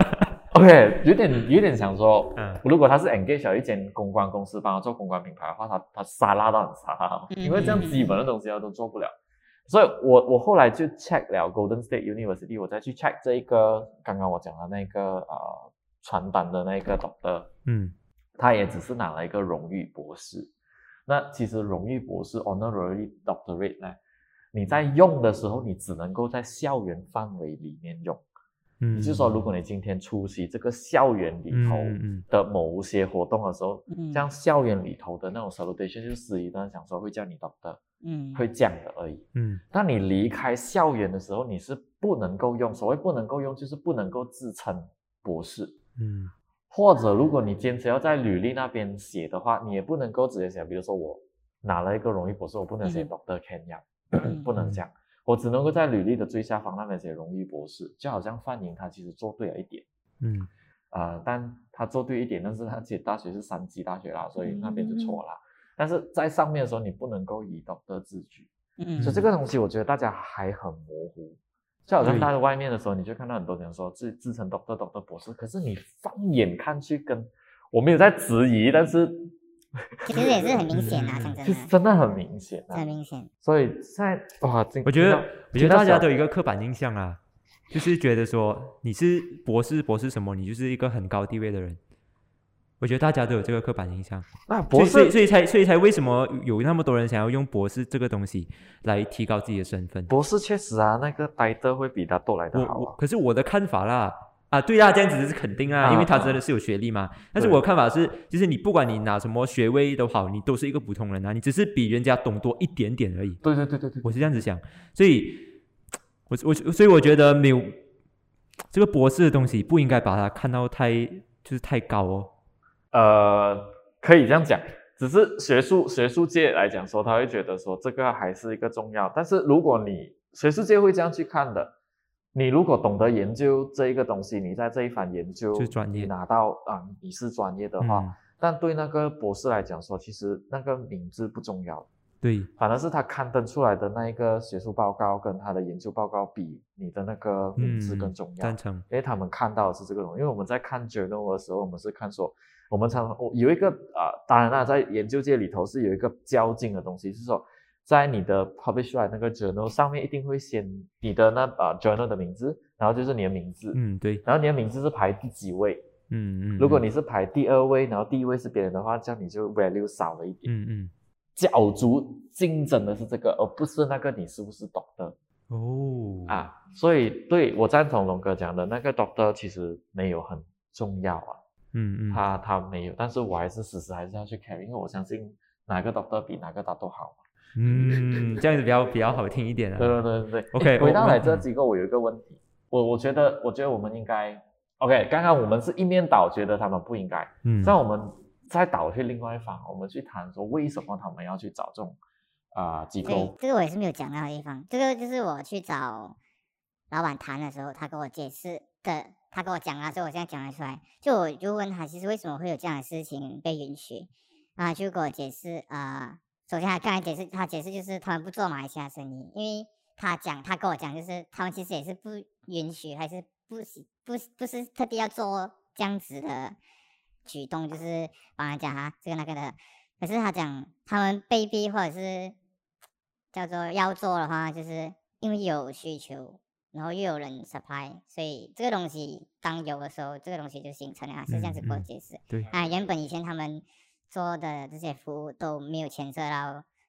，OK， 有点有点想说， 嗯如果他是 engage 了一间公关公司帮他做公关品牌的话，他他沙拉到很沙， 嗯因为这样基本的东西他都做不了。所以我我后来就 check 了 Golden State University， 我再去 check 这一个刚刚我讲的那个呃传单的那个 doctor， 嗯， 他也只是拿了一个荣誉博士。那其实荣誉博士 honorary doctorate 呢，你在用的时候，你只能够在校园范围里面用。 嗯， 也就是说，如果你今天出席这个校园里头嗯嗯的某些活动的时候， 嗯像校园里头的那种 salutation， 就是司仪呢想说会叫你 doctor， 嗯， 会这样的而已。 嗯但你离开校园的时候，你是不能够用，所谓不能够用，就是不能够自称博士。 嗯或者如果你坚持要在履历那边写的话，你也不能够直接写，比如说我拿了一个荣誉博士，我不能写 doctor Ken Yap， 不能这样，我只能够在履历的最下方那边写荣誉博士，就好像范颖他其实做对了一点， 嗯呃，但他做对一点，但是他其实大学是三级大学啦，所以那边就错了。但是在上面的时候，你不能够以 doctor 自居， 嗯， 所以这个东西我觉得大家还很模糊。就好像在外面的时候，你就看到很多人说自自称 doctor doctor 博士，可是你放眼看去跟，我没有在质疑，但是其实也是很明显啊，讲真的， 就是真的很明显啊很。明显。 所以在哇， 我觉得我觉得大家都有一个个刻板印象啊，就是觉得说你是博士，博士什么，你就是一个很高地位的人。我觉得大家都有这个刻板印象， 那博所以所以士所以才所以才为什么有那么多人想要用博士这个东西来提高自己的身份？ 博士确实啊，那个待的会比他多来的我好啊。 我可是我的看法啦，啊，对啦，这样子是肯定啊， 啊因为他真的是有学历嘛。但是我的看法是，就是你不管你拿什么学位都好，你都是一个普通人啊，你只是比人家懂多一点点而已。 对对对对对， 我是这样子想，所以，我我所以我觉得没有这个博士的东西不应该把它看到太就是太高哦。 呃，可以这样讲，只是学术学术界来讲说，他会觉得说这个还是一个重要。但是如果你学术界会这样去看的，你如果懂得研究这一个东西，你在这一番研究就是专业你拿到啊、你是专业的话， 嗯但对那个博士来讲说，其实那个名字不重要， 对， 反而是他刊登出来的那一个学术报告跟他的研究报告比你的那个名字更重要。 赞成。 因为他们看到的是这个东西，因为我们在看 journal 的时候，我们是看说，我们常常有一个啊、呃，当然啦，在研究界里头是有一个较劲的东西，是说在你的 publish 出来那个 journal 上面一定会写你的那啊、呃、journal 的名字，然后就是你的名字， 嗯，对， 然后你的名字是排第几位， 嗯嗯。 如果你是排第二位，然后第一位是别人的话，这样你就 value 少了一点。 嗯嗯。 角逐竞争的是这个，而不是那个你是不是 doctor。 哦啊，所以对我赞同龙哥讲的那个 doctor 其实没有很重要啊， 嗯嗯， 他他没有，但是我还是时时还是要去 carry，因为我相信哪个 doctor 比哪个 doctor 好。 嗯，这样子比较比较好听一点啊。 对对对对 OK， 回到我来这机构，我有一个问题，我我觉得我觉得我们应该 OK， 刚刚我们是一面倒觉得他们不应该， 嗯， 在我们再倒去另外一方，我们去谈说为什么他们要去找这种啊、呃、机对构，， 这个我也是没有讲到的地方。这个就是我去找老板谈的时候，他跟我解释的，他跟我讲了，所以我现在讲得出来。就我就问他，其实为什么会有这样的事情被允许？啊，就跟我解释，呃，首先他刚才解释，他解释就是他们不做马来西亚生意，因为他讲，他跟我讲，就是他们其实也是不允许，还是不不不是特地要做这样子的举动，就是帮人家哈这个那个的。可是他讲他们被逼或者是叫做要做的话，就是因为有需求，然后又有人 supply， 所以这个东西当有的时候，这个东西就形成了，是这样子给我解释。 对啊，原本以前他们做的这些服务都没有牵涉到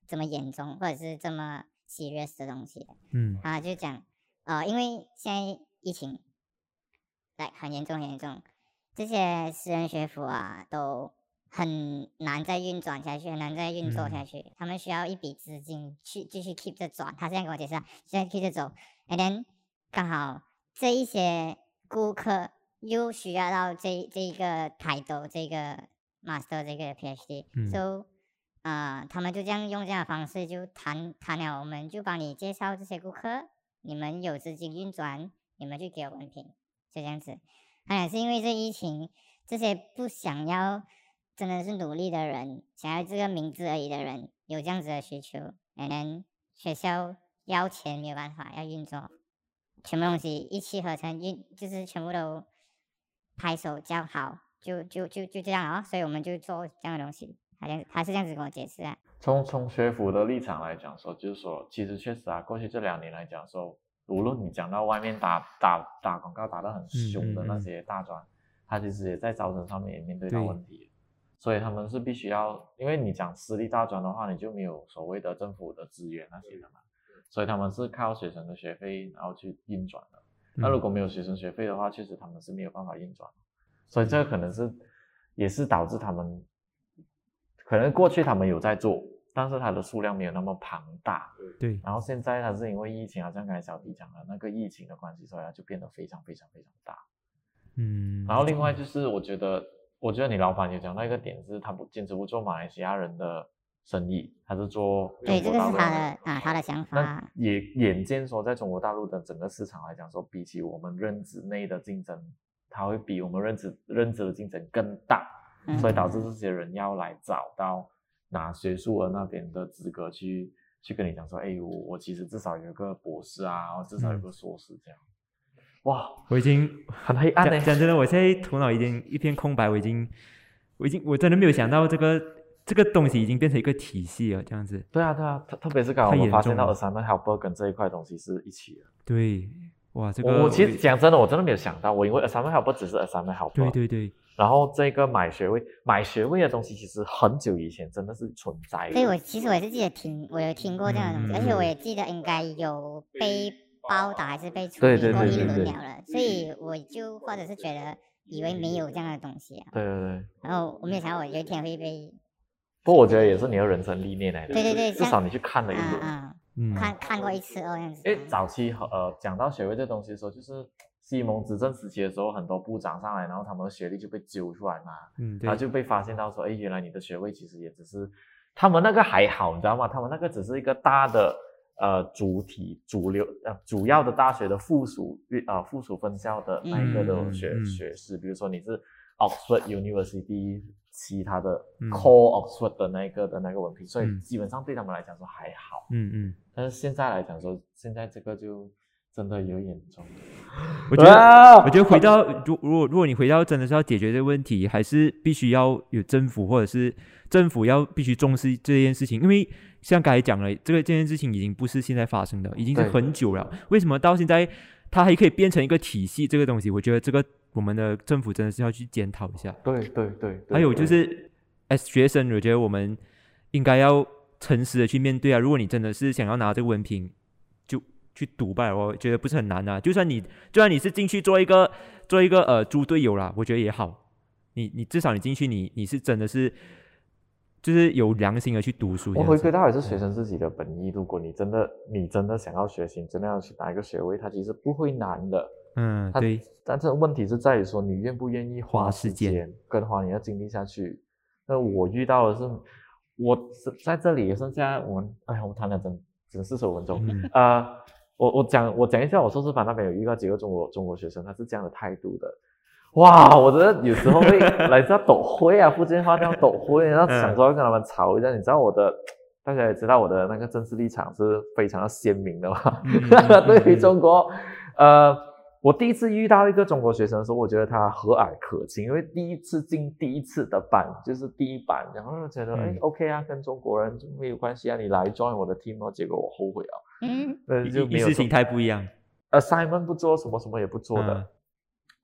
这么严重或者是这么 serious 的东西的。 嗯啊，就讲呃，因为现在疫情来很严重很严重，这些私人学府啊都很难再运转下去，很难再运作下去。嗯、他们需要一笔资金去继续 keep 着转。他现在跟我解释，现在 keep 着走 ，and then 刚好这一些顾客又需要到这这一个 title 这个 master 这个 PhD， 嗯 so 啊、呃，他们就这样用这样的方式就谈谈了，我们就帮你介绍这些顾客，你们有资金运转，你们就给我文凭，就这样子。当然是因为这疫情，这些不想要真的是努力的人，想要这个名字而已的人，有这样子的需求，然后学校要钱没有办法，要运作，全部东西一气呵成，运就是全部都拍手叫好，就就就就这样哦，所以我们就做这样的东西。他这样他是这样子跟我解释啊。 从从学府的立场来讲说，就是说，其实确实啊，过去这两年来讲说，无论你讲到外面打打打广告打得很凶的那些大专，他、嗯嗯嗯、其实也在招生上面也面对到问题，所以他们是必须要，因为你讲私立大专的话，你就没有所谓的政府的资源那些的嘛，所以他们是靠学生的学费然后去运转的。那如果没有学生学费的话，确实他们是没有办法运转的，所以这个可能是也是导致他们。可能过去他们有在做，但是它的数量没有那么庞大。 对。 然后现在它是因为疫情，好像刚才小迪讲的那个疫情的关系，所以它就变得非常非常非常大。 嗯。 然后另外就是，我觉得，我觉得你老板有讲到一个点是，他不坚持不做马来西亚人的生意，他是做对，这个是他的啊他的想法。 那也眼见说，在中国大陆的整个市场来讲说，比起我们认知内的竞争，它会比我们认知认知的竞争更大。所以导致这些人要来找到拿学术的那边的资格去去跟你讲说，哎，我我其实至少有个博士啊，至少有个硕士这样。嗯、哇， 我已经很黑暗嘞。 讲真的，我现在头脑已经一片空白，我已经我已经我真的没有想到这个这个东西已经变成一个体系了，这样子。 对啊对啊，特特别是刚好我们发现到 assignment helper 跟这一块东西是一起的。 对，哇，这个我其实讲真的，我真的没有想到，我因为 assignment helper 只是 assignment helper。 对对对。 然后这个买学位，买学位的东西其实很久以前真的是存在的。 对，我其实我也是记得听，我有听过这样的东西，嗯、而且我也记得应该有被报道还是被处理过一轮了了，所以我就或者是觉得以为没有这样的东西啊。 对对对。 然后我没有想到我有一天会被。 不过我觉得也是你的人生历练来的。 对对对。 至少你去看了一轮。 嗯嗯。看看过一次哦，这样子。 因为早期呃讲到学位这东西的时候，就是。西蒙执政时期的时候，很多部长上来，然后他们的学历就被揪出来嘛， 嗯，对， 然后就被发现到说，哎，原来你的学位其实也只是，他们那个还好，你知道吗？他们那个只是一个大的呃主体主流呃主要的大学的附属呃附属分校的那一个的学、嗯、学士，比如说你是 Oxford University 其他的 Core Oxford 的那个的那个文凭，所以基本上对他们来讲说还好， 嗯嗯， 但是现在来讲说，现在这个就。真的有严重， 我觉得，啊、我觉得回到如如果如果你回到真的是要解决这个问题，还是必须要有政府或者是政府要必须重视这件事情，因为像刚才讲了，这个这件事情已经不是现在发生的，已经是很久了。为什么到现在它还可以变成一个体系？这个东西，我觉得这个我们的政府真的是要去检讨一下。 对对 对, 对。 还有就是 ，as 学生，我觉得我们应该要诚实的去面对啊。如果你真的是想要拿这个文凭，就去赌吧，我觉得不是很难啊。就算你，就算你是进去做一个做一个呃猪队友啦，我觉得也好。你你至少你进去，你你是真的是就是有良心的去读书。 我回归到还是学生自己的本意。如果你真的你真的想要学习，真的要去拿一个学位，它其实不会难的。 嗯，对。 但这问题是在于说，你愿不愿意花时间跟花你的精力下去。那我遇到的是，我在这里剩下我们，哎呀，我们谈了整整四十五分钟，嗯、呃。我我讲我讲一下，我硕士班那边有遇到几个中国中国学生，他是这样的态度的。哇，我觉得有时候会来自抖灰啊，福建话叫抖灰，然后想说要跟他们吵一下。你知道我的，大家也知道我的那个政治立场是非常的鲜明的嘛。嗯、对于中国，呃，我第一次遇到一个中国学生的时候，我觉得他和蔼可亲，因为第一次进第一次的班，就是第一班，然后就觉得哎、嗯、，OK 啊，跟中国人没有关系啊，你来 join 我的 team 哦，结果我后悔了。 嗯， 呃，就意识形态不一样 ，assignment 不做，什么什么也不做的，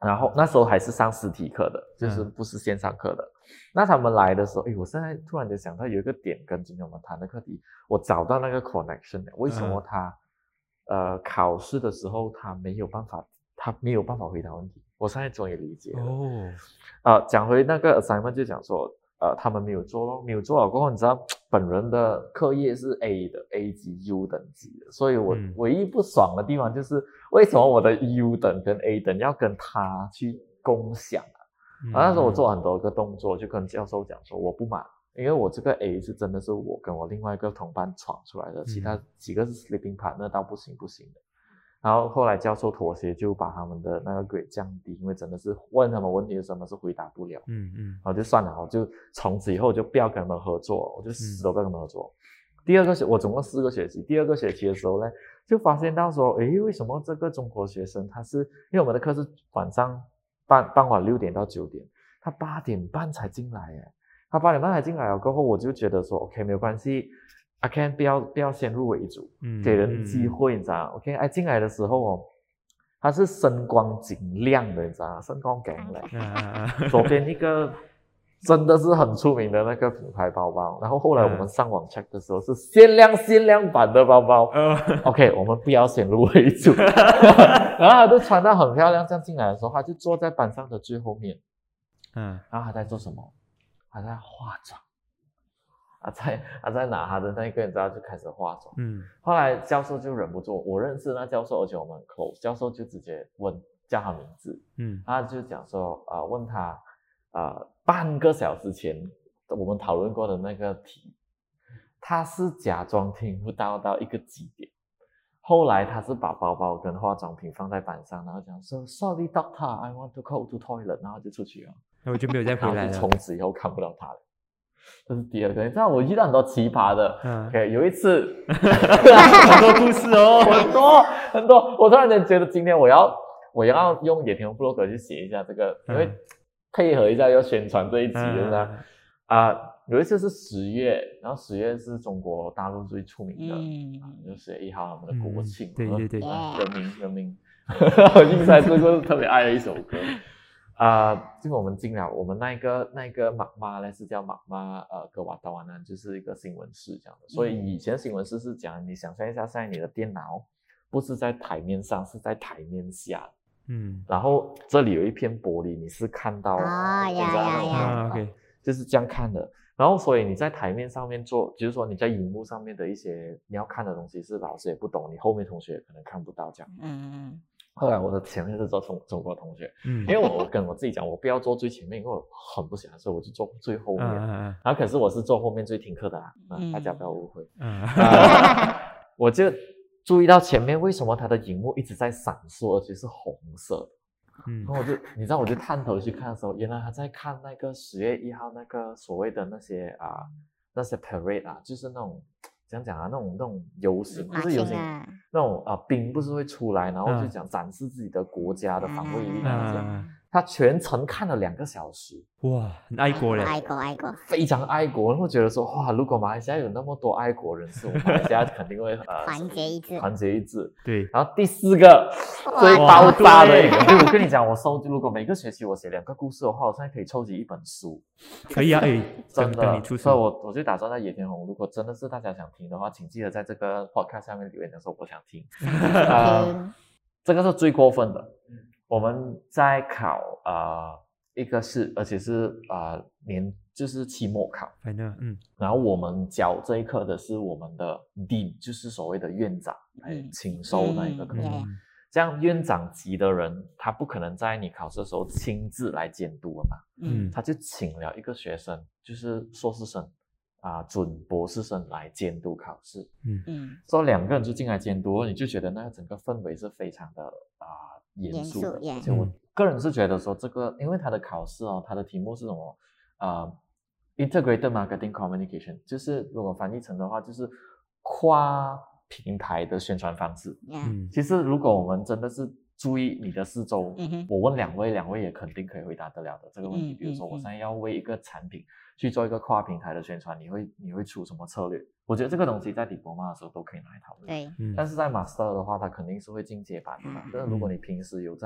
然后那时候还是上实体课的，就是不是线上课的。嗯、那他们来的时候，诶，我现在突然间想到有一个点跟今天我们谈的课题，我找到那个 connection， 为什么他、嗯、呃考试的时候他没有办法，他没有办法回答问题？我现在终于理解了。哦，呃，讲回那个 assignment 就讲说，呃，他们没有做咯，没有做了过后，你知道本人的课业是 A 的 A 级 U 等级的，所以我唯一不爽的地方就是为什么我的 U 等跟 A 等要跟他去共享啊？嗯、然后那时候我做很多个动作，就跟教授讲说我不满，因为我这个 A 是真的是我跟我另外一个同伴闯出来的，其他几个是 sleeping partner 到不行不行的。然后后来教授妥协，就把他们的那个 grade 降低，因为真的是问他们问题的时候，他们是回答不了。嗯嗯。然后就算了，我就从此以后就不要跟他们合作，我就死都不跟他们合作。嗯、第二个学，我总共四个学期，第二个学期的时候呢，就发现到说，诶，为什么这个中国学生他是，因为我们的课是晚上傍傍晚六点到九点，他八点半才进来耶，他八点半才进来了过后，我就觉得说 ，OK 没有关系。阿 Ken 不要不要先入为主，嗯、给人机会，你知道 ？OK， 哎，进来的时候哦，他是声光尽亮的，你知道吗？声光感来。左边一个真的是很出名的那个品牌包包，然后后来我们上网 check 的时候是限量限量版的包包。OK， 我们不要先入为主。然后他就穿得很漂亮，这样进来的时候，他就坐在班上的最后面。嗯，然后他在做什么？他在化妆。他在他在拿他的那个，你知道，就开始化妆。嗯，后来教授就忍不住，我认识那教授，而且我们很 close， 教授就直接问叫他名字。嗯，他就讲说，啊、呃，问他，啊、呃，半个小时前我们讨论过的那个题，他是假装听不到到一个极点。后来他是把包包跟化妆品放在板上，然后讲说 ，Sorry doctor, I want to go to toilet， 然后就出去了。 那我就没有再回来了。 从此以后看不到他了。这是第二个，你知道我遇到很多奇葩的。嗯 ，OK， 有一次很多故事哦，很多很多。我突然间觉得今天我要我要用野田 blog 去写一下这个，因为配合一下要宣传这一集，对吧？啊，有一次是十月，然后十月是中国大陆最出名的，嗯，就十月一号他们的国庆， 对对对， 人民人民，我印象这个特别爱的一首歌。啊、呃，就我们进了，我们那个那个妈妈呢是叫妈妈呃格瓦达瓦南，就是一个新闻室这样的。所以以前新闻室是讲，你想象一下，现在你的电脑不是在台面上，是在台面下。嗯。然后这里有一片玻璃，你是看到啊呀呀呀 ，OK， 就是这样看的。然后所以你在台面上面做，就是说你在荧幕上面的一些你要看的东西是老师也不懂，你后面同学可能看不到这样。嗯嗯。后来我的前面是做中中国同学，嗯，因为我跟我自己讲，我不要坐最前面，因为我很不喜欢，所以我就坐最后面。嗯嗯、然后可是我是坐后面最听课的啊，嗯、大家不要误会。嗯，呃、我就注意到前面为什么它的荧幕一直在闪烁，而且是红色的。嗯，然后我就你知道，我就探头去看的时候，原来他在看那个十月一号那个所谓的那些啊那些 parade 啊，就是那种。怎样讲啊？那种那种游行，不是游行，啊、那种啊兵不是会出来，然后就讲展示自己的国家的防卫力那些。嗯、他全程看了两个小时， 哇，很爱国人， 爱国爱国， 非常爱国。然后觉得说，哇，如果马来西亚有那么多爱国人士，我们马来西亚肯定会呃团结一致， 团结一致。 对。 然后第四个最爆炸的一个，因为我跟你讲，我收如果每个学期我写两个故事的话，我现在可以抽集一本书。 可以啊，哎， 真的。所以我我就打算在野田红，如果真的是大家想听的话，请记得在这个 podcast 下面留言的时候，我想听。呃，这个是最过分的。我们在考呃一个是，而且是呃年就是期末考，嗯，然后我们教这一课的是我们的 Dean， 就是所谓的院长来亲授那一个课。嗯嗯、这样院长级的人，他不可能在你考试的时候亲自来监督了嘛，嗯，他就请了一个学生，就是硕士生啊、呃，准博士生来监督考试，嗯嗯，所以两个人就进来监督，你就觉得那个整个氛围是非常的啊。呃严肃的，而且我个人是觉得说这个，因为他的考试哦，他的题目是什么？呃 ，Integrated Marketing Communication， 就是如果翻译成的话，就是跨平台的宣传方式。嗯，其实如果我们真的是注意你的四周，嗯、我问两位，两位也肯定可以回答得了的这个问题。嗯、比如说，我现在要为一个产品去做一个跨平台的宣传，你会你会出什么策略？我觉得这个东西在 diploma 的时候都可以拿来讨论。 对， 嗯、但是在 master 的话，它肯定是会进阶版的嘛。但是如果你平时有在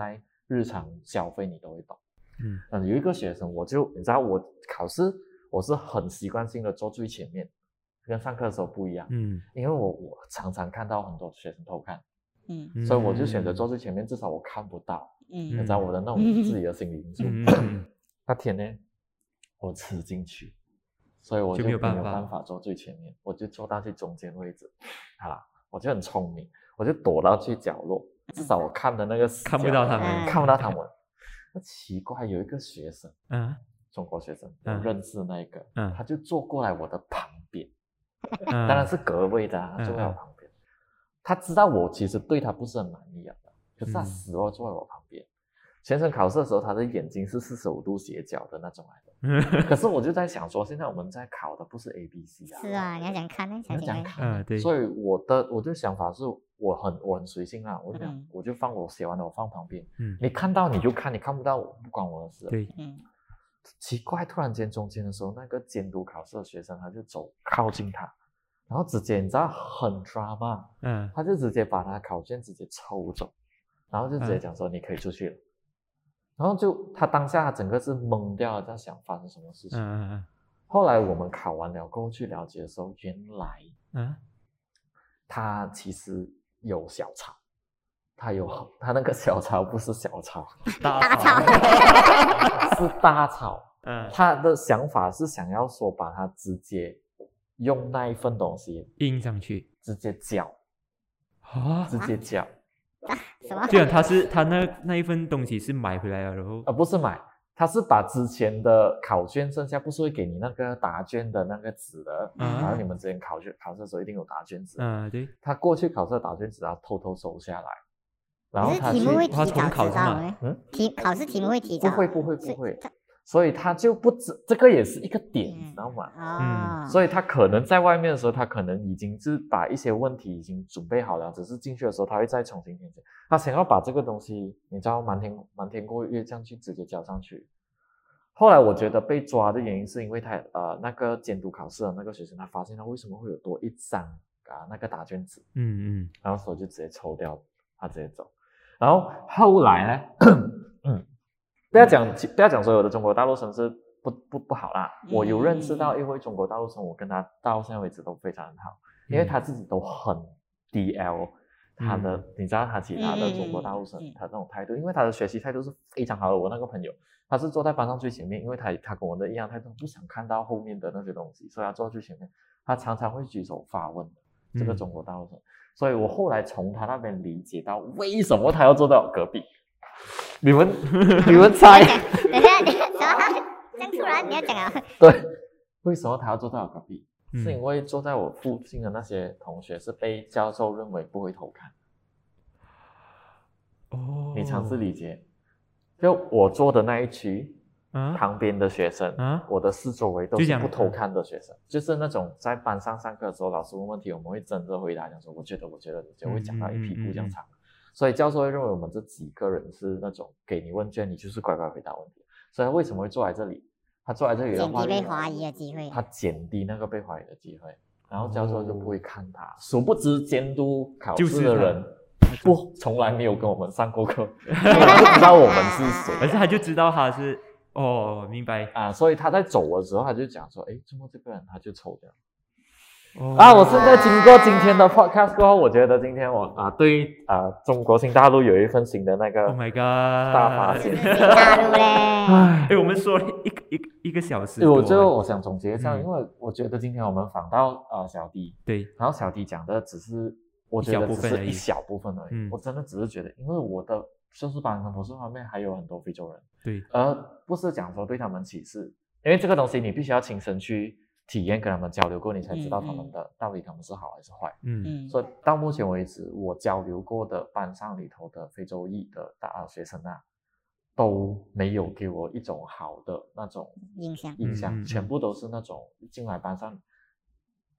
日常消费你都会懂。 嗯， 嗯，有一个学生，我就你知道我考试我是很习惯性的坐最前面，跟上课的时候不一样。 嗯， 因为我我常常看到很多学生偷看， 嗯所以我就选择坐最前面，至少我看不到。 嗯， 你知道我的那种自己的心理因素。 嗯嗯那天呢，我吃进去，所以我就就没有办法没有办法坐最前面，我就坐到去中间位置。好啦，我就很聪明，我就躲到去角落，至少我看的那个死角看不到他们嗯看不到他们。那奇怪，有一个学生， 嗯中国学生，我嗯认识那一个， 嗯他就坐过来我的旁边， 嗯， 当然是隔位的、啊，他坐在我旁边。他知道我其实对他不是很满意啊，可是他嗯死活坐在我旁边。全程考试的时候，他的眼睛是四十五度斜角的那种来的。可是我就在想说，现在我们在考的不是 A B C 啊， 是啊，你要讲看呢， 你小姐妹， 要讲看、 啊对所以我的我的想法是我很我很随性啊，我就讲、 嗯我就放我写完了，我放旁边， 嗯你看到你就看，你看不到不关我的事。 对， 嗯奇怪，突然间中间的时候，那个监督考试的学生他就走靠近他，然后直接你知道很 drama， 嗯他就直接把他考卷直接抽走，然后就直接讲说你可以出去了。然后就他当下整个是懵掉了，在想发生什么事情。 嗯嗯后来我们考完了过后去了解的时候，原来嗯他其实有小抄，他有他那个小抄不是小抄， 大大吵， 是大抄。 嗯， 他的想法是想要说把它直接用那一份东西印上去直接交， 啊， 直接交， 什么？ 这样他是他那那一份东西是买回来了，然后而不是买。他是把之前的考卷剩下不是会给你那个答卷的那个纸的， 嗯然后你们之前考卷考试的时候一定有答卷纸， 嗯对， 他过去考试的答卷纸他偷偷收下来，然后可是他去题目会提他重早考是吗知道诶， 嗯题考试题目会提早， 不会不会所以不会他， 所以他就不知这个也是一个点， 嗯你知道吗？ 哦， 所以他可能在外面的时候，他可能已经是把一些问题已经准备好了，只是进去的时候他会再重新填写。他想要把这个东西，你知道瞒天瞒天过月这样去直接交上去。后来我觉得被抓的原因是因为他呃那个监督考试的那个学生，他发现他为什么会有多一张啊那个答卷纸， 嗯嗯然后所以就直接抽掉，他直接走。然后后来呢，嗯，不要讲不要讲所有的中国大陆生是不不不好啦，我有认识到一位中国大陆生，我跟他到现在为止都非常好，因为他自己都很 D L， 他的、 嗯你知道他其他的中国大陆生、 嗯嗯嗯他这种态度，因为他的学习态度是非常好的。我那个朋友他是坐在班上最前面，因为他他跟我的一样态度，不想看到后面的那些东西，所以他坐最前面，他常常会举手发问的这个嗯中国大陆生。所以我后来从他那边理解到为什么他要坐在我隔壁。你们你们猜？ 等一下，等一下，什么？这样突然你要讲啊？ 对，为什么他要坐在我隔壁？ 嗯是因为坐在我附近的那些同学是被教授认为不会偷看。 哦， 你尝试理解，就我坐的那一区， 啊旁边的学生， 啊我的四周围都就是这样不偷看的学生，就是那种在班上上课的时候，老师问问题，我们会争着回答，讲说我觉得，我觉得，就会讲到一屁股这样长。所以教授会认为我们这几个人是那种给你问卷，你就是乖乖回答问题。所以他为什么会坐在这里？他坐在这里的减话， 低被怀疑的机会。 他减低那个被怀疑的机会，然后教授就不会看他。殊不知监督考试的人不从来没有跟我们上过课，他不知道我们是谁， 而是他就知道他是哦，明白啊，所以他在走的时候他就讲说，哎，怎么这个人他就抽掉。 哦啊，我现在经过今天的 podcast 过后，我觉得今天我啊对啊中国新大陆有一份新的那个 Oh my god， 大发现。 大陆嘞， 哎，我们说了一个一个一个小时多， 我最后我想总结一下， 嗯因为我觉得今天我们访到呃小弟， 对， 然后小弟讲的只是我觉得只是一小部分而已， 嗯我真的只是觉得，因为我的硕士班跟博士方面还有很多非洲人， 对， 而不是讲说对他们歧视，因为这个东西你必须要亲身去体验跟他们交流过，你才知道他们的、嗯、到底他们是好还是坏。 嗯嗯， 所以到目前为止，我交流过的班上里头的非洲裔的大学生啊，都没有给我一种好的那种印象印象， 嗯嗯嗯全部都是那种进来班上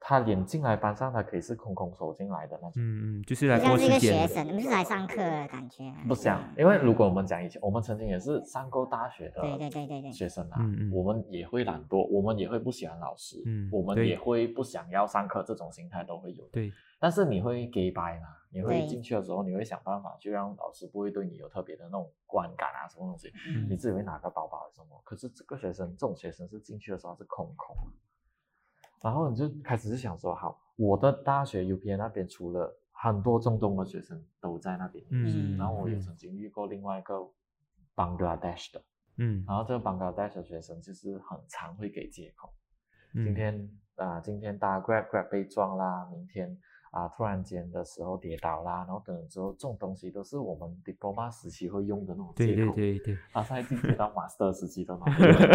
他连进来班上，他可以是空空手进来的那种。 嗯嗯，就是来像是一个过时间学生，不是来上课的感觉。 不像，因为如果我们讲以前，我们曾经也是上过大学的对对对对对学生啊， 嗯嗯我们也会懒惰，我们也会不喜欢老师， 嗯我们对也会不想要上课，这种心态都会有。 对， 但是你会给白嘛？你会对进去的时候，你会想办法去让老师不会对你有特别的那种观感啊，什么东西， 嗯你自己会拿个包包什么。可是这个学生，这种学生是进去的时候是空空，然后你就开始就想说，好，我的大学 U P N 那边除了很多中东的学生都在那边， 嗯然后我也曾经遇过另外一个 Bangladesh 的， 嗯然后这个 Bangladesh 的学生就是很常会给借口， 嗯今天啊、呃今天搭 Grab Grab 被撞啦，明天啊、呃突然间的时候跌倒啦，然后等等之后，这种东西都是我们 diploma 时期会用的那种借对口， 对对对， 他现在进阶到 master 时期的嘛，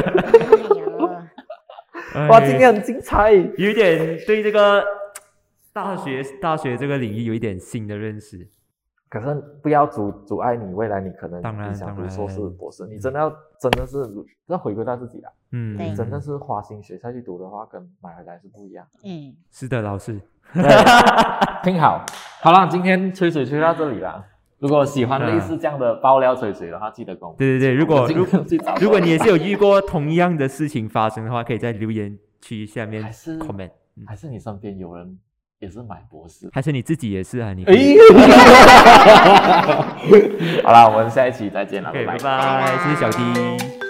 哎呦， 哇，今天很精彩， 有一点对这个大学大学这个领域有一点新的认识。 可是不要阻阻碍你未来，你可能当然你想读当然硕士、博士，你真的要真的是要回归到自己啦。 嗯， 对你真的是花心血下去读的话，跟买回来是不一样。 嗯， 是的，老师。 听好，好了，今天吹水吹到这里了。如果喜欢类似这样的爆料吹水的话，记得跟我们。 对对对，如果如去找如果你也是有遇过同样的事情发生的话，可以在留言区下面还是 comment，嗯还是你身边有人也是买博士。 还是你自己也是啊？你哎，好了，我们下一期再见了， OK，拜拜拜，谢谢小弟。